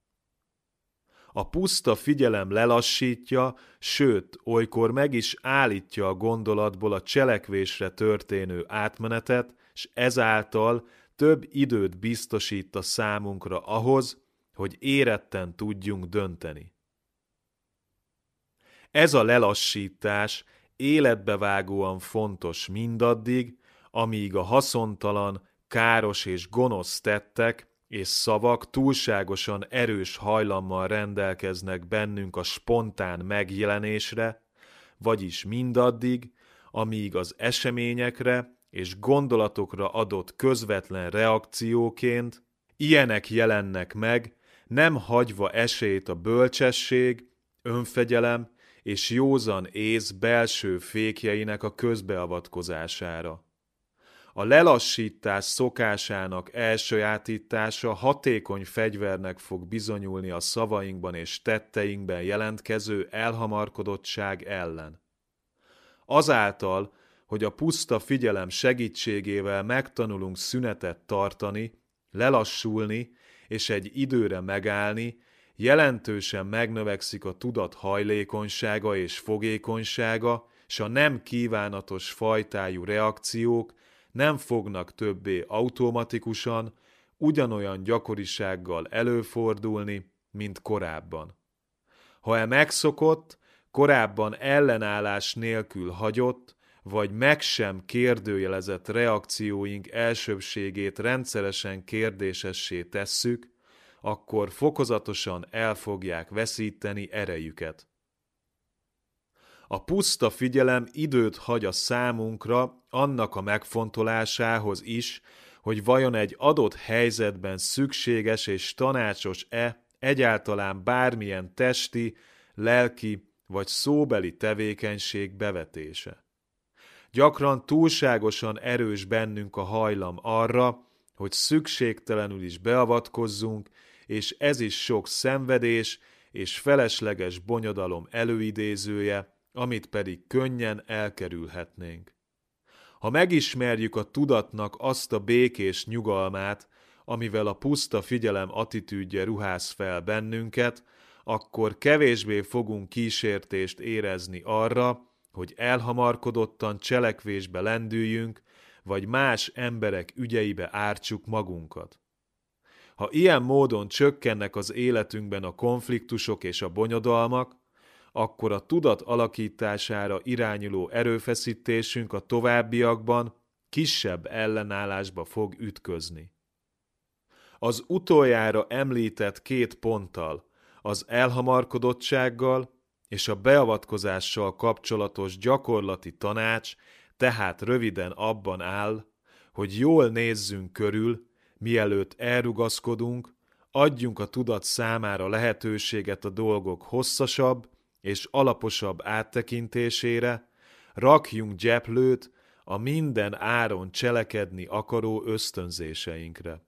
Speaker 2: A puszta figyelem lelassítja, sőt, olykor meg is állítja a gondolatból a cselekvésre történő átmenetet, s ezáltal több időt biztosít a számunkra ahhoz, hogy éretten tudjunk dönteni. Ez a lelassítás életbevágóan fontos mindaddig, amíg a haszontalan, káros és gonosz tettek és szavak túlságosan erős hajlammal rendelkeznek bennünk a spontán megjelenésre, vagyis mindaddig, amíg az eseményekre és gondolatokra adott közvetlen reakcióként ilyenek jelennek meg, nem hagyva esélyt a bölcsesség, önfegyelem és józan ész belső fékjeinek a közbeavatkozására. A lelassítás szokásának elsajátítása hatékony fegyvernek fog bizonyulni a szavainkban és tetteinkben jelentkező elhamarkodottság ellen. Azáltal, hogy a puszta figyelem segítségével megtanulunk szünetet tartani, lelassulni és egy időre megállni, jelentősen megnövekszik a tudat hajlékonysága és fogékonysága, s a nem kívánatos fajtájú reakciók nem fognak többé automatikusan, ugyanolyan gyakorisággal előfordulni, mint korábban. Ha e megszokott, korábban ellenállás nélkül hagyott, vagy meg sem kérdőjelezett reakcióink elsőbbségét rendszeresen kérdésessé tesszük, akkor fokozatosan el fogják veszíteni erejüket. A puszta figyelem időt hagy a számunkra annak a megfontolásához is, hogy vajon egy adott helyzetben szükséges és tanácsos-e egyáltalán bármilyen testi, lelki vagy szóbeli tevékenység bevetése. Gyakran túlságosan erős bennünk a hajlam arra, hogy szükségtelenül is beavatkozzunk, és ez is sok szenvedés és felesleges bonyodalom előidézője, amit pedig könnyen elkerülhetnénk. Ha megismerjük a tudatnak azt a békés nyugalmát, amivel a puszta figyelem attitűdje ruház fel bennünket, akkor kevésbé fogunk kísértést érezni arra, hogy elhamarkodottan cselekvésbe lendüljünk, vagy más emberek ügyeibe ártsuk magunkat. Ha ilyen módon csökkennek az életünkben a konfliktusok és a bonyodalmak, akkor a tudat alakítására irányuló erőfeszítésünk a továbbiakban kisebb ellenállásba fog ütközni. Az utoljára említett két ponttal, az elhamarkodottsággal és a beavatkozással kapcsolatos gyakorlati tanács tehát röviden abban áll, hogy jól nézzünk körül, mielőtt elrugaszkodunk, adjunk a tudat számára lehetőséget a dolgok hosszasabb és alaposabb áttekintésére, rakjunk gyeplőt a minden áron cselekedni akaró ösztönzéseinkre.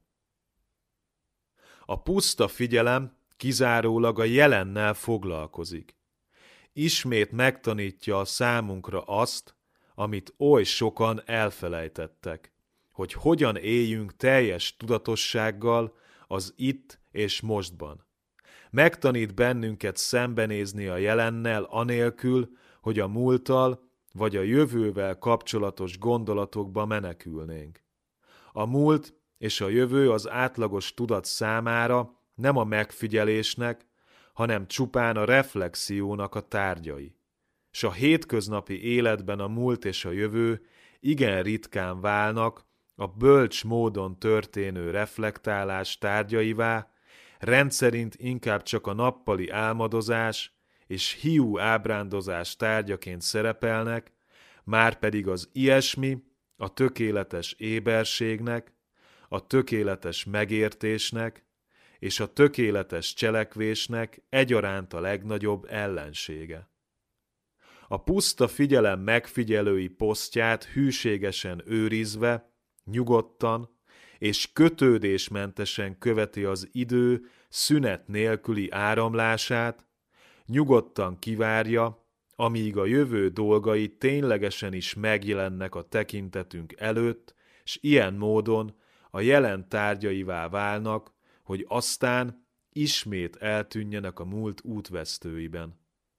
Speaker 2: A puszta figyelem kizárólag a jelennel foglalkozik. Ismét megtanítja a számunkra azt, amit oly sokan elfelejtettek, hogy hogyan éljünk teljes tudatossággal az itt és mostban. Megtanít bennünket szembenézni a jelennel anélkül, hogy a múlttal vagy a jövővel kapcsolatos gondolatokba menekülnénk. A múlt és a jövő az átlagos tudat számára nem a megfigyelésnek, hanem csupán a reflexiónak a tárgyai. S a hétköznapi életben a múlt és a jövő igen ritkán válnak a bölcs módon történő reflektálás tárgyaivá, rendszerint inkább csak a nappali álmodozás és hiú ábrándozás tárgyaként szerepelnek, márpedig az ilyesmi a tökéletes éberségnek, a tökéletes megértésnek és a tökéletes cselekvésnek egyaránt a legnagyobb ellensége. A puszta figyelem megfigyelői posztját hűségesen őrizve, nyugodtan és kötődésmentesen követi az idő szünet nélküli áramlását, nyugodtan kivárja, amíg a jövő dolgai ténylegesen is megjelennek a tekintetünk előtt, s ilyen módon a jelen tárgyaivá válnak, hogy aztán ismét eltűnjenek a múlt útvesztőiben.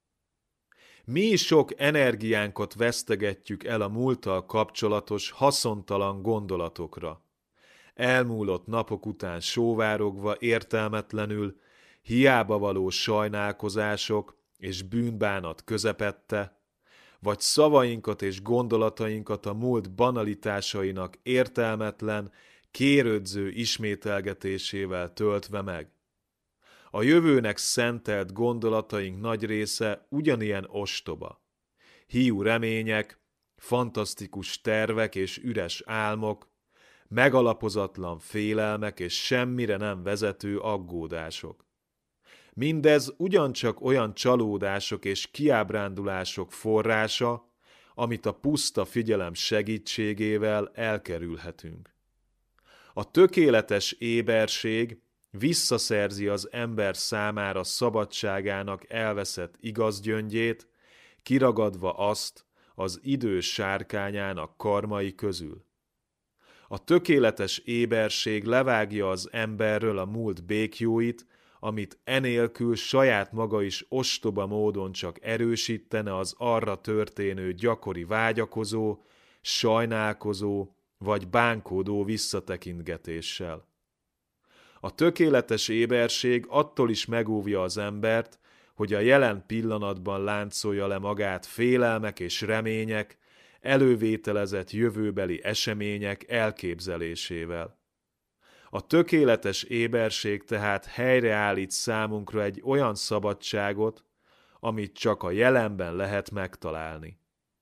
Speaker 2: Mi sok energiánkat vesztegetjük el a múlttal kapcsolatos haszontalan gondolatokra. Elmúlott napok után sóvárogva értelmetlenül, hiába való sajnálkozások és bűnbánat közepette, vagy szavainkat és gondolatainkat a múlt banalitásainak értelmetlen, kérődző ismételgetésével töltve meg. A jövőnek szentelt gondolataink nagy része ugyanilyen ostoba. Hiú remények, fantasztikus tervek és üres álmok, megalapozatlan félelmek és semmire nem vezető aggódások. Mindez ugyancsak olyan csalódások és kiábrándulások forrása, amit a puszta figyelem segítségével elkerülhetünk. A tökéletes éberség visszaszerzi az ember számára szabadságának elveszett igazgyöngyét, kiragadva azt az idő sárkányának karmai közül. A tökéletes éberség levágja az emberről a múlt békjóit, amit enélkül saját maga is ostoba módon csak erősítene az arra történő gyakori vágyakozó, sajnálkozó vagy bánkódó visszatekintgetéssel. A tökéletes éberség attól is megóvja az embert, hogy a jelen pillanatban láncolja le magát félelmek és remények, elővételezett jövőbeli események elképzelésével. A tökéletes éberség tehát helyreállít számunkra egy olyan szabadságot, amit csak a jelenben lehet megtalálni.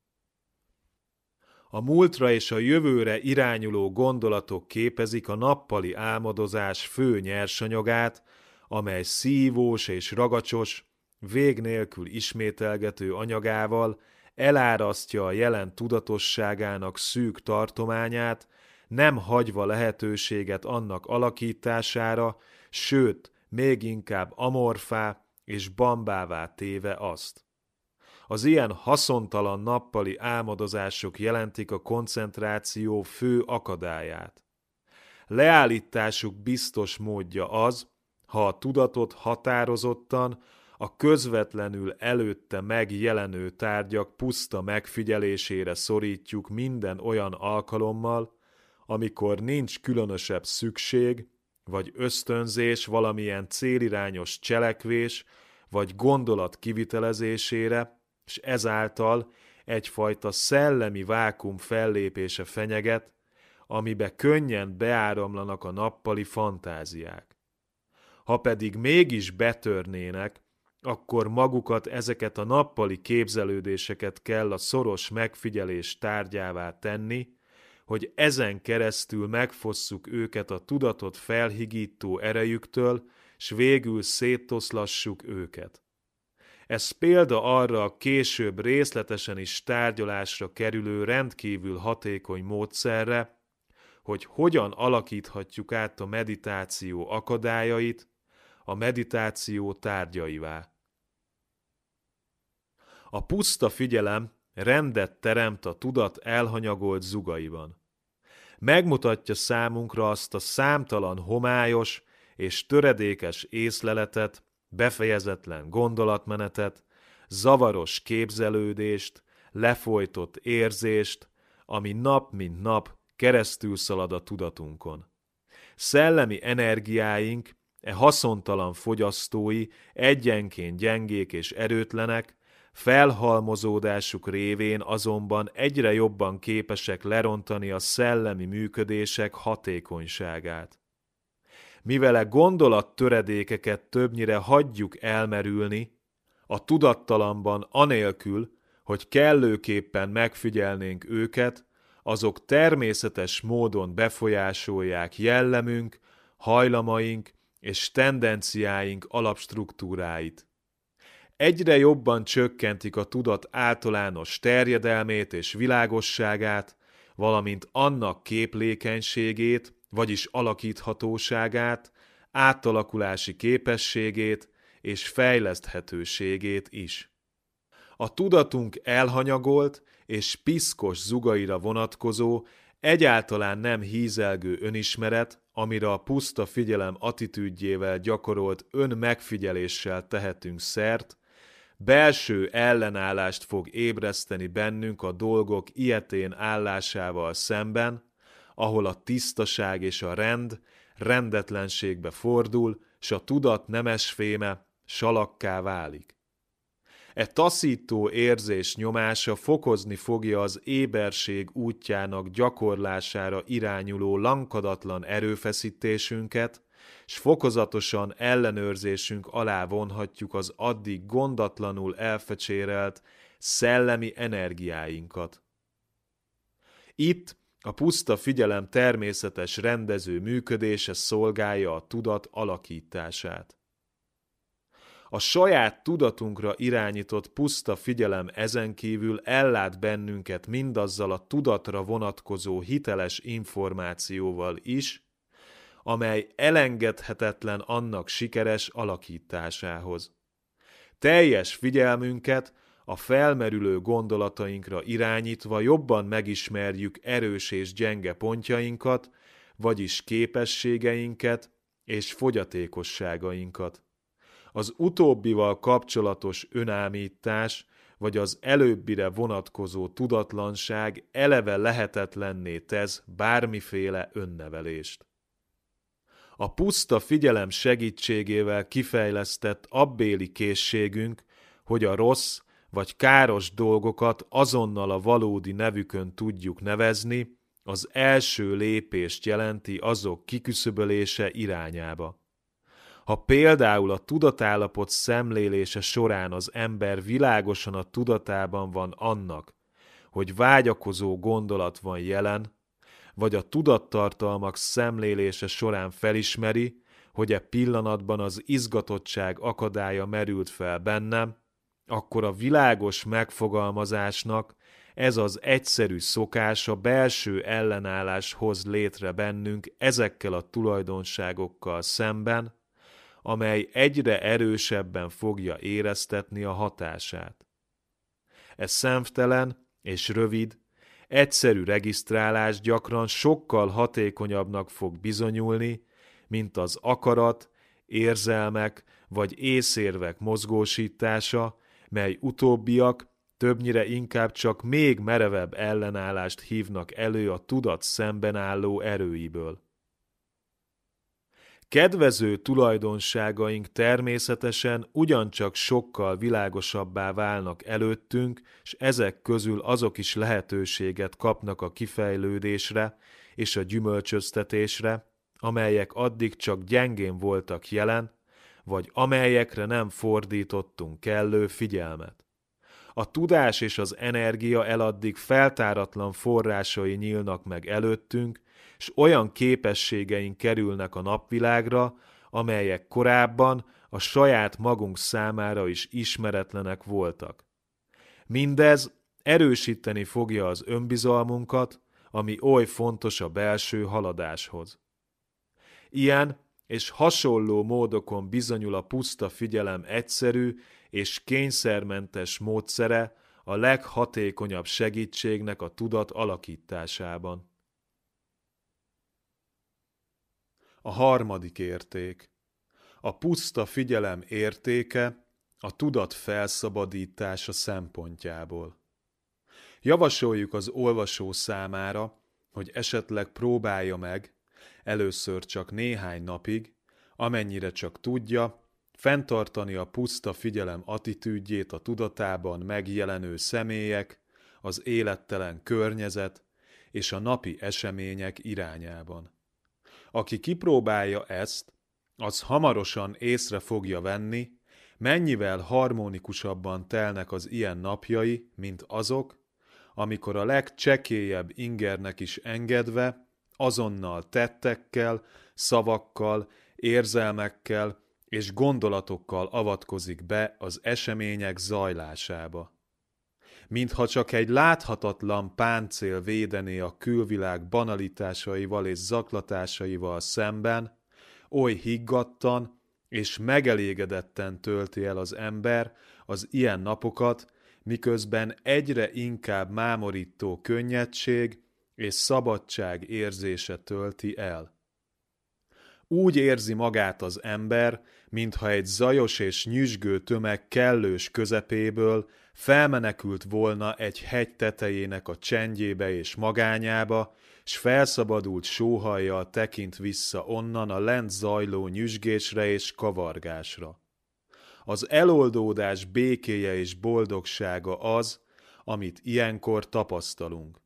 Speaker 2: A múltra és a jövőre irányuló gondolatok képezik a nappali álmodozás fő nyersanyagát, amely szívós és ragacsos, vég nélkül ismételgető anyagával elárasztja a jelen tudatosságának szűk tartományát, nem hagyva lehetőséget annak alakítására, sőt, még inkább amorfá és bambává téve azt. Az ilyen haszontalan nappali álmodozások jelentik a koncentráció fő akadályát. Leállításuk biztos módja az, ha a tudatot határozottan, a közvetlenül előtte megjelenő tárgyak puszta megfigyelésére szorítjuk minden olyan alkalommal, amikor nincs különösebb szükség, vagy ösztönzés valamilyen célirányos cselekvés, vagy gondolat kivitelezésére, és ezáltal egyfajta szellemi vákum fellépése fenyeget, amibe könnyen beáramlanak a nappali fantáziák. Ha pedig mégis betörnének, akkor magukat ezeket a nappali képzelődéseket kell a szoros megfigyelés tárgyává tenni, hogy ezen keresztül megfosszuk őket a tudatot felhigító erejüktől, s végül széttoszlassuk őket. Ez példa arra a később részletesen is tárgyalásra kerülő rendkívül hatékony módszerre, hogy hogyan alakíthatjuk át a meditáció akadályait a meditáció tárgyaivá. A puszta figyelem rendet teremt a tudat elhanyagolt zugaiban. Megmutatja számunkra azt a számtalan homályos és töredékes észleletet, befejezetlen gondolatmenetet, zavaros képzelődést, lefolytott érzést, ami nap mint nap keresztül szalad a tudatunkon. Szellemi energiáink, e haszontalan fogyasztói egyenként gyengék és erőtlenek, felhalmozódásuk révén azonban egyre jobban képesek lerontani a szellemi működések hatékonyságát. Mivel e gondolattöredékeket többnyire hagyjuk elmerülni, a tudattalamban anélkül, hogy kellőképpen megfigyelnénk őket, azok természetes módon befolyásolják jellemünk, hajlamaink és tendenciáink alapstruktúráit. Egyre jobban csökkentik a tudat általános terjedelmét és világosságát, valamint annak képlékenységét, vagyis alakíthatóságát, átalakulási képességét és fejleszthetőségét is. A tudatunk elhanyagolt és piszkos zugaira vonatkozó, egyáltalán nem hízelgő önismeret, amire a puszta figyelem attitűdjével gyakorolt önmegfigyeléssel tehetünk szert, belső ellenállást fog ébreszteni bennünk a dolgok ilyetén állásával szemben, ahol a tisztaság és a rend rendetlenségbe fordul, s a tudat nemesféme salakká válik. E taszító érzés nyomása fokozni fogja az éberség útjának gyakorlására irányuló lankadatlan erőfeszítésünket, s fokozatosan ellenőrzésünk alá vonhatjuk az addig gondatlanul elfecsérelt szellemi energiáinkat. Itt a puszta figyelem természetes rendező működése szolgálja a tudat alakítását. A saját tudatunkra irányított puszta figyelem ezenkívül ellát bennünket mindazzal a tudatra vonatkozó hiteles információval is, amely elengedhetetlen annak sikeres alakításához. Teljes figyelmünket a felmerülő gondolatainkra irányítva jobban megismerjük erős és gyenge pontjainkat, vagyis képességeinket és fogyatékosságainkat. Az utóbbival kapcsolatos önámítás, vagy az előbbire vonatkozó tudatlanság eleve lehetetlenné tesz bármiféle önnevelést. A puszta figyelem segítségével kifejlesztett abbéli készségünk, hogy a rossz vagy káros dolgokat azonnal a valódi nevükön tudjuk nevezni, az első lépést jelenti azok kiküszöbölése irányába. Ha például a tudatállapot szemlélése során az ember világosan a tudatában van annak, hogy vágyakozó gondolat van jelen, vagy a tudattartalmak szemlélése során felismeri, hogy e pillanatban az izgatottság akadálya merült fel bennem, akkor a világos megfogalmazásnak ez az egyszerű szokás a belső ellenállás hoz létre bennünk ezekkel a tulajdonságokkal szemben, amely egyre erősebben fogja éreztetni a hatását. Ez szemtelen és rövid, egyszerű regisztrálás gyakran sokkal hatékonyabbnak fog bizonyulni, mint az akarat, érzelmek vagy észérvek mozgósítása, mely utóbbiak többnyire inkább csak még merevebb ellenállást hívnak elő a tudat szemben álló erőiből. Kedvező tulajdonságaink természetesen ugyancsak sokkal világosabbá válnak előttünk, s ezek közül azok is lehetőséget kapnak a kifejlődésre és a gyümölcsöztetésre, amelyek addig csak gyengén voltak jelen, vagy amelyekre nem fordítottunk kellő figyelmet. A tudás és az energia eladdig feltáratlan forrásai nyílnak meg előttünk, s olyan képességeink kerülnek a napvilágra, amelyek korábban a saját magunk számára is ismeretlenek voltak. Mindez erősíteni fogja az önbizalmunkat, ami oly fontos a belső haladáshoz. Ilyen és hasonló módokon bizonyul a puszta figyelem egyszerű és kényszermentes módszere a leghatékonyabb segítségnek a tudat alakításában. A harmadik érték. A puszta figyelem értéke a tudat felszabadítása szempontjából. Javasoljuk az olvasó számára, hogy esetleg próbálja meg, először csak néhány napig, amennyire csak tudja, fenntartani a puszta figyelem attitűdjét a tudatában megjelenő személyek, az élettelen környezet és a napi események irányában. Aki kipróbálja ezt, az hamarosan észre fogja venni, mennyivel harmonikusabban telnek az ilyen napjai, mint azok, amikor a legcsekélyebb ingernek is engedve, azonnal tettekkel, szavakkal, érzelmekkel és gondolatokkal avatkozik be az események zajlásába. Mintha csak egy láthatatlan páncél védené a külvilág banalitásaival és zaklatásaival szemben, oly higgadtan és megelégedetten tölti el az ember az ilyen napokat, miközben egyre inkább mámorító könnyedség és szabadság érzése tölti el. Úgy érzi magát az ember, mintha egy zajos és nyüzsgő tömeg kellős közepéből felmenekült volna egy hegy tetejének a csendjébe és magányába, s felszabadult sóhajjal tekint vissza onnan a lent zajló nyüzsgésre és kavargásra. Az eloldódás békéje és boldogsága az, amit ilyenkor tapasztalunk.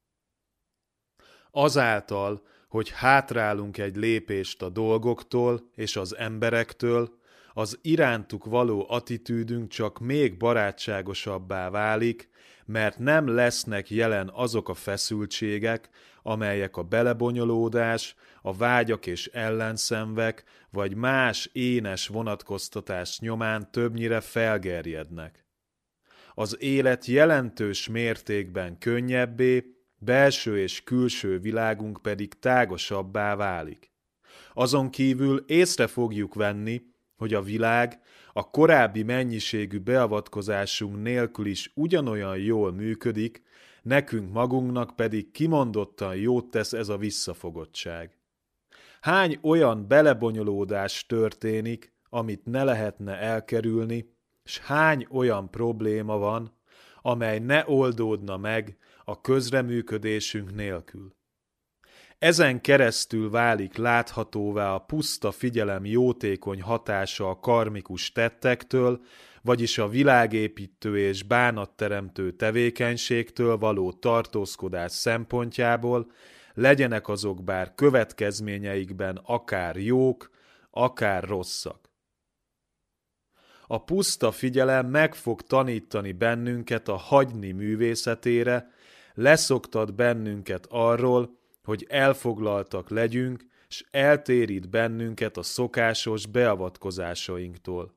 Speaker 2: Azáltal, hogy hátrálunk egy lépést a dolgoktól és az emberektől, az irántuk való attitűdünk csak még barátságosabbá válik, mert nem lesznek jelen azok a feszültségek, amelyek a belebonyolódás, a vágyak és ellenszenvek, vagy más énes vonatkoztatás nyomán többnyire felgerjednek. Az élet jelentős mértékben könnyebbé, belső és külső világunk pedig tágasabbá válik. Azon kívül észre fogjuk venni, hogy a világ a korábbi mennyiségű beavatkozásunk nélkül is ugyanolyan jól működik, nekünk magunknak pedig kimondottan jót tesz ez a visszafogottság. Hány olyan belebonyolódás történik, amit ne lehetne elkerülni, s hány olyan probléma van, amely ne oldódna meg a közreműködésünk nélkül. Ezen keresztül válik láthatóvá a puszta figyelem jótékony hatása a karmikus tettektől, vagyis a világépítő és bánatteremtő tevékenységtől való tartózkodás szempontjából, legyenek azok bár következményeikben akár jók, akár rosszak. A puszta figyelem meg fog tanítani bennünket a hagyni művészetére, leszoktat bennünket arról, hogy elfoglaltak legyünk, s eltérít bennünket a szokásos beavatkozásainktól.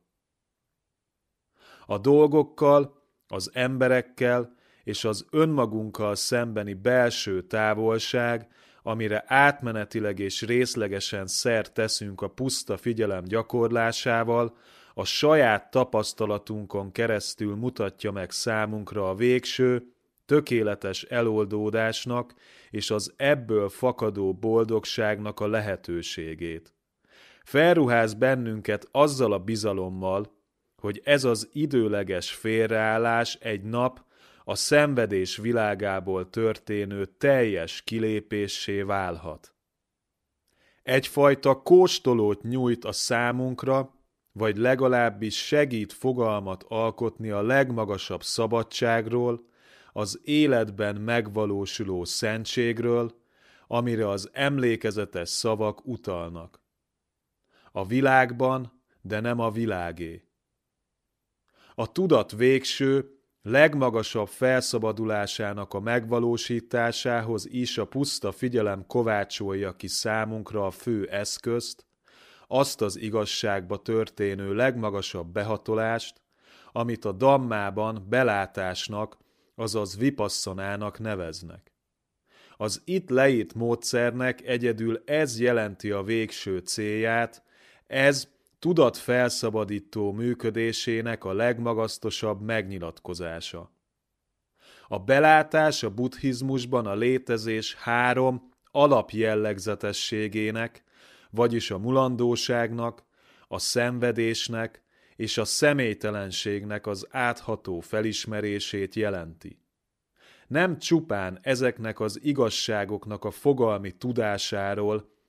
Speaker 2: A dolgokkal, az emberekkel és az önmagunkkal szembeni belső távolság, amire átmenetileg és részlegesen szert teszünk a puszta figyelem gyakorlásával, a saját tapasztalatunkon keresztül mutatja meg számunkra a végső, tökéletes eloldódásnak és az ebből fakadó boldogságnak a lehetőségét. Felruház bennünket azzal a bizalommal, hogy ez az időleges félreállás egy nap a szenvedés világából történő teljes kilépéssé válhat. Egyfajta kóstolót nyújt a számunkra, vagy legalábbis segít fogalmat alkotni a legmagasabb szabadságról, az életben megvalósuló szentségről, amire az emlékezetes szavak utalnak. A világban, de nem a világé. A tudat végső, legmagasabb felszabadulásának a megvalósításához is a puszta figyelem kovácsolja ki számunkra a fő eszközt, azt az igazságba történő legmagasabb behatolást, amit a Dhammában belátásnak, azaz vipassanának neveznek. Az itt leírt módszernek egyedül ez jelenti a végső célját, ez tudatfelszabadító működésének a legmagasztosabb megnyilatkozása. A belátás a buddhizmusban a létezés három alapjellegzetességének, vagyis a mulandóságnak, a szenvedésnek és a személytelenségnek az átható felismerését jelenti. Nem csupán ezeknek az igazságoknak a fogalmi tudásáról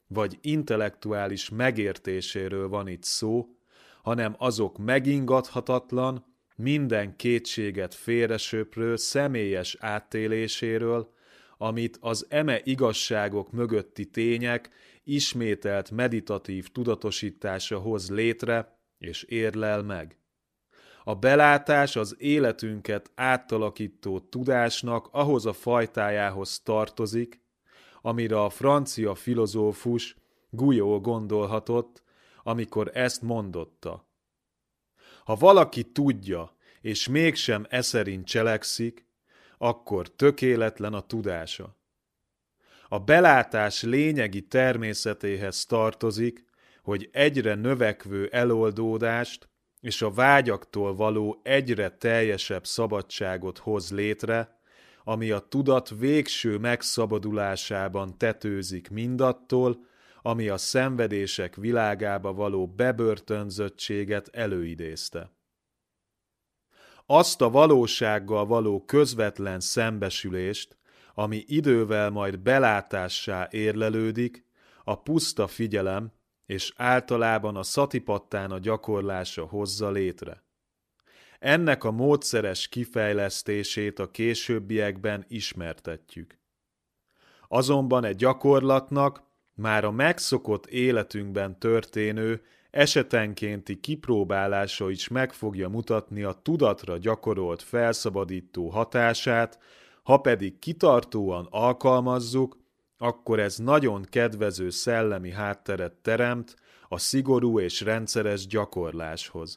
Speaker 2: vagy intellektuális megértéséről van itt szó, hanem azok megingathatatlan, minden kétséget félresöprő személyes áttéléséről, amit az eme igazságok mögötti tények ismételt meditatív tudatosítása hoz létre és érlel meg. A belátás az életünket átalakító tudásnak ahhoz a fajtájához tartozik, amire a francia filozófus Guyot gondolhatott, amikor ezt mondotta. Ha valaki tudja, és mégsem eszerint cselekszik, akkor tökéletlen a tudása. A belátás lényegi természetéhez tartozik, hogy egyre növekvő eloldódást és a vágyaktól való egyre teljesebb szabadságot hoz létre, ami a tudat végső megszabadulásában tetőzik mindattól, ami a szenvedések világába való bebörtönzöttséget előidézte. Azt a valósággal való közvetlen szembesülést, ami idővel majd belátássá érlelődik, a puszta figyelem és általában a szatipattána gyakorlása hozza létre. Ennek a módszeres kifejlesztését a későbbiekben ismertetjük. Azonban egy gyakorlatnak már a megszokott életünkben történő esetenkénti kipróbálása is meg fogja mutatni a tudatra gyakorolt felszabadító hatását, ha pedig kitartóan alkalmazzuk, akkor ez nagyon kedvező szellemi hátteret teremt a szigorú és rendszeres gyakorláshoz.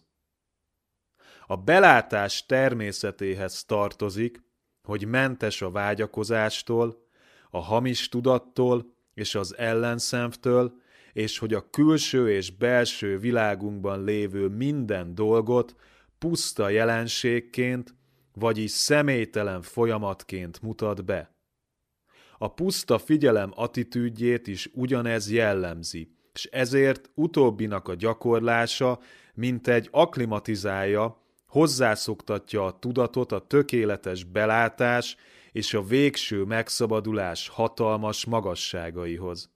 Speaker 2: A belátás természetéhez tartozik, hogy mentes a vágyakozástól, a hamis tudattól és az ellenszenvtől, és hogy a külső és belső világunkban lévő minden dolgot puszta jelenségként, vagyis személytelen folyamatként mutat be. A puszta figyelem attitűdjét is ugyanez jellemzi, és ezért utóbbinak a gyakorlása mintegy akklimatizálja, hozzászoktatja a tudatot a tökéletes belátás és a végső megszabadulás hatalmas magasságaihoz.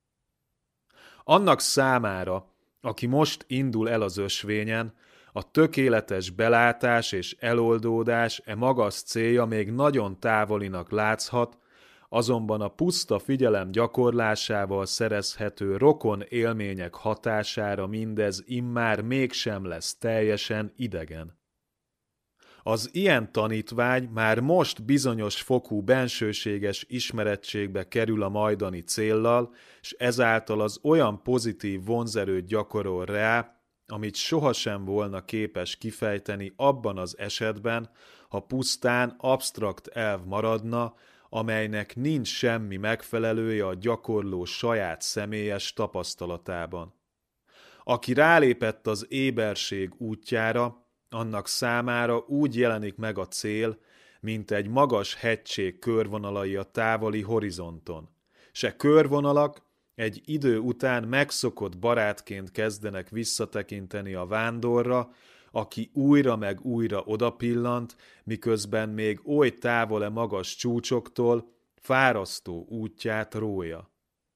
Speaker 2: Annak számára, aki most indul el az ösvényen, a tökéletes belátás és eloldódás e magas célja még nagyon távolinak látszhat, azonban a puszta figyelem gyakorlásával szerezhető rokon élmények hatására mindez immár mégsem lesz teljesen idegen. Az ilyen tanítvány már most bizonyos fokú bensőséges ismerettségbe kerül a majdani céllal, és ezáltal az olyan pozitív vonzerőt gyakorol rá, amit sohasem volna képes kifejteni abban az esetben, ha pusztán absztrakt elv maradna, amelynek nincs semmi megfelelője a gyakorló saját személyes tapasztalatában. Aki rálépett az éberség útjára, annak számára úgy jelenik meg a cél, mint egy magas hegység körvonalai a távoli horizonton. Se körvonalak egy idő után megszokott barátként kezdenek visszatekinteni a vándorra, aki újra meg újra odapillant, miközben még oly távol-e magas csúcsoktól fárasztó útját rója.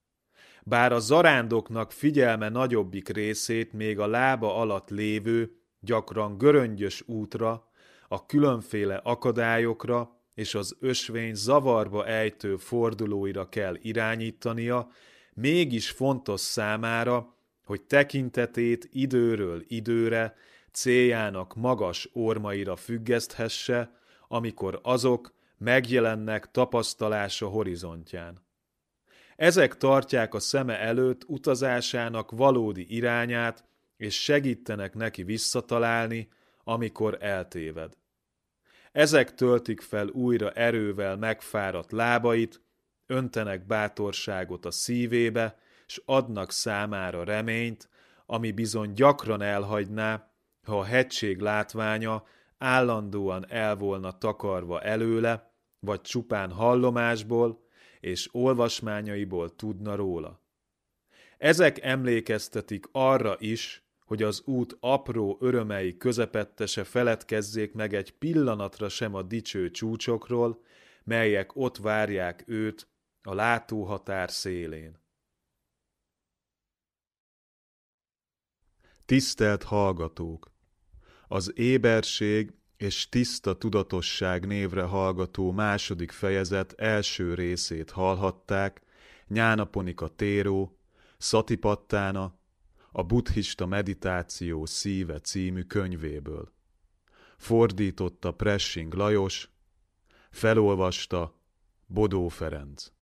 Speaker 2: Bár a zarándoknak figyelme nagyobbik részét még a lába alatt lévő, gyakran göröngyös útra, a különféle akadályokra és az ösvény zavarba ejtő fordulóira kell irányítania, mégis fontos számára, hogy tekintetét időről időre céljának magas ormaira függeszthesse, amikor azok megjelennek tapasztalása horizontján. Ezek tartják a szeme előtt utazásának valódi irányát, és segítenek neki visszatalálni, amikor eltéved. Ezek töltik fel újra erővel megfáradt lábait, öntenek bátorságot a szívébe, s adnak számára reményt, ami bizony gyakran elhagyná, ha a hegység látványa állandóan el volna takarva előle, vagy csupán hallomásból és olvasmányaiból tudna róla. Ezek emlékeztetik arra is, hogy az út apró örömei közepette se feledkezzék meg egy pillanatra sem a dicső csúcsokról, melyek ott várják őt a látóhatár szélén. Tisztelt hallgatók! Az éberség és tiszta tudatosság névre hallgató második fejezet első részét hallhatták Nyánaponika Théró, Satipatthana, a buddhista meditáció szíve című könyvéből. Fordította Pressing Lajos, felolvasta Bodó Ferenc.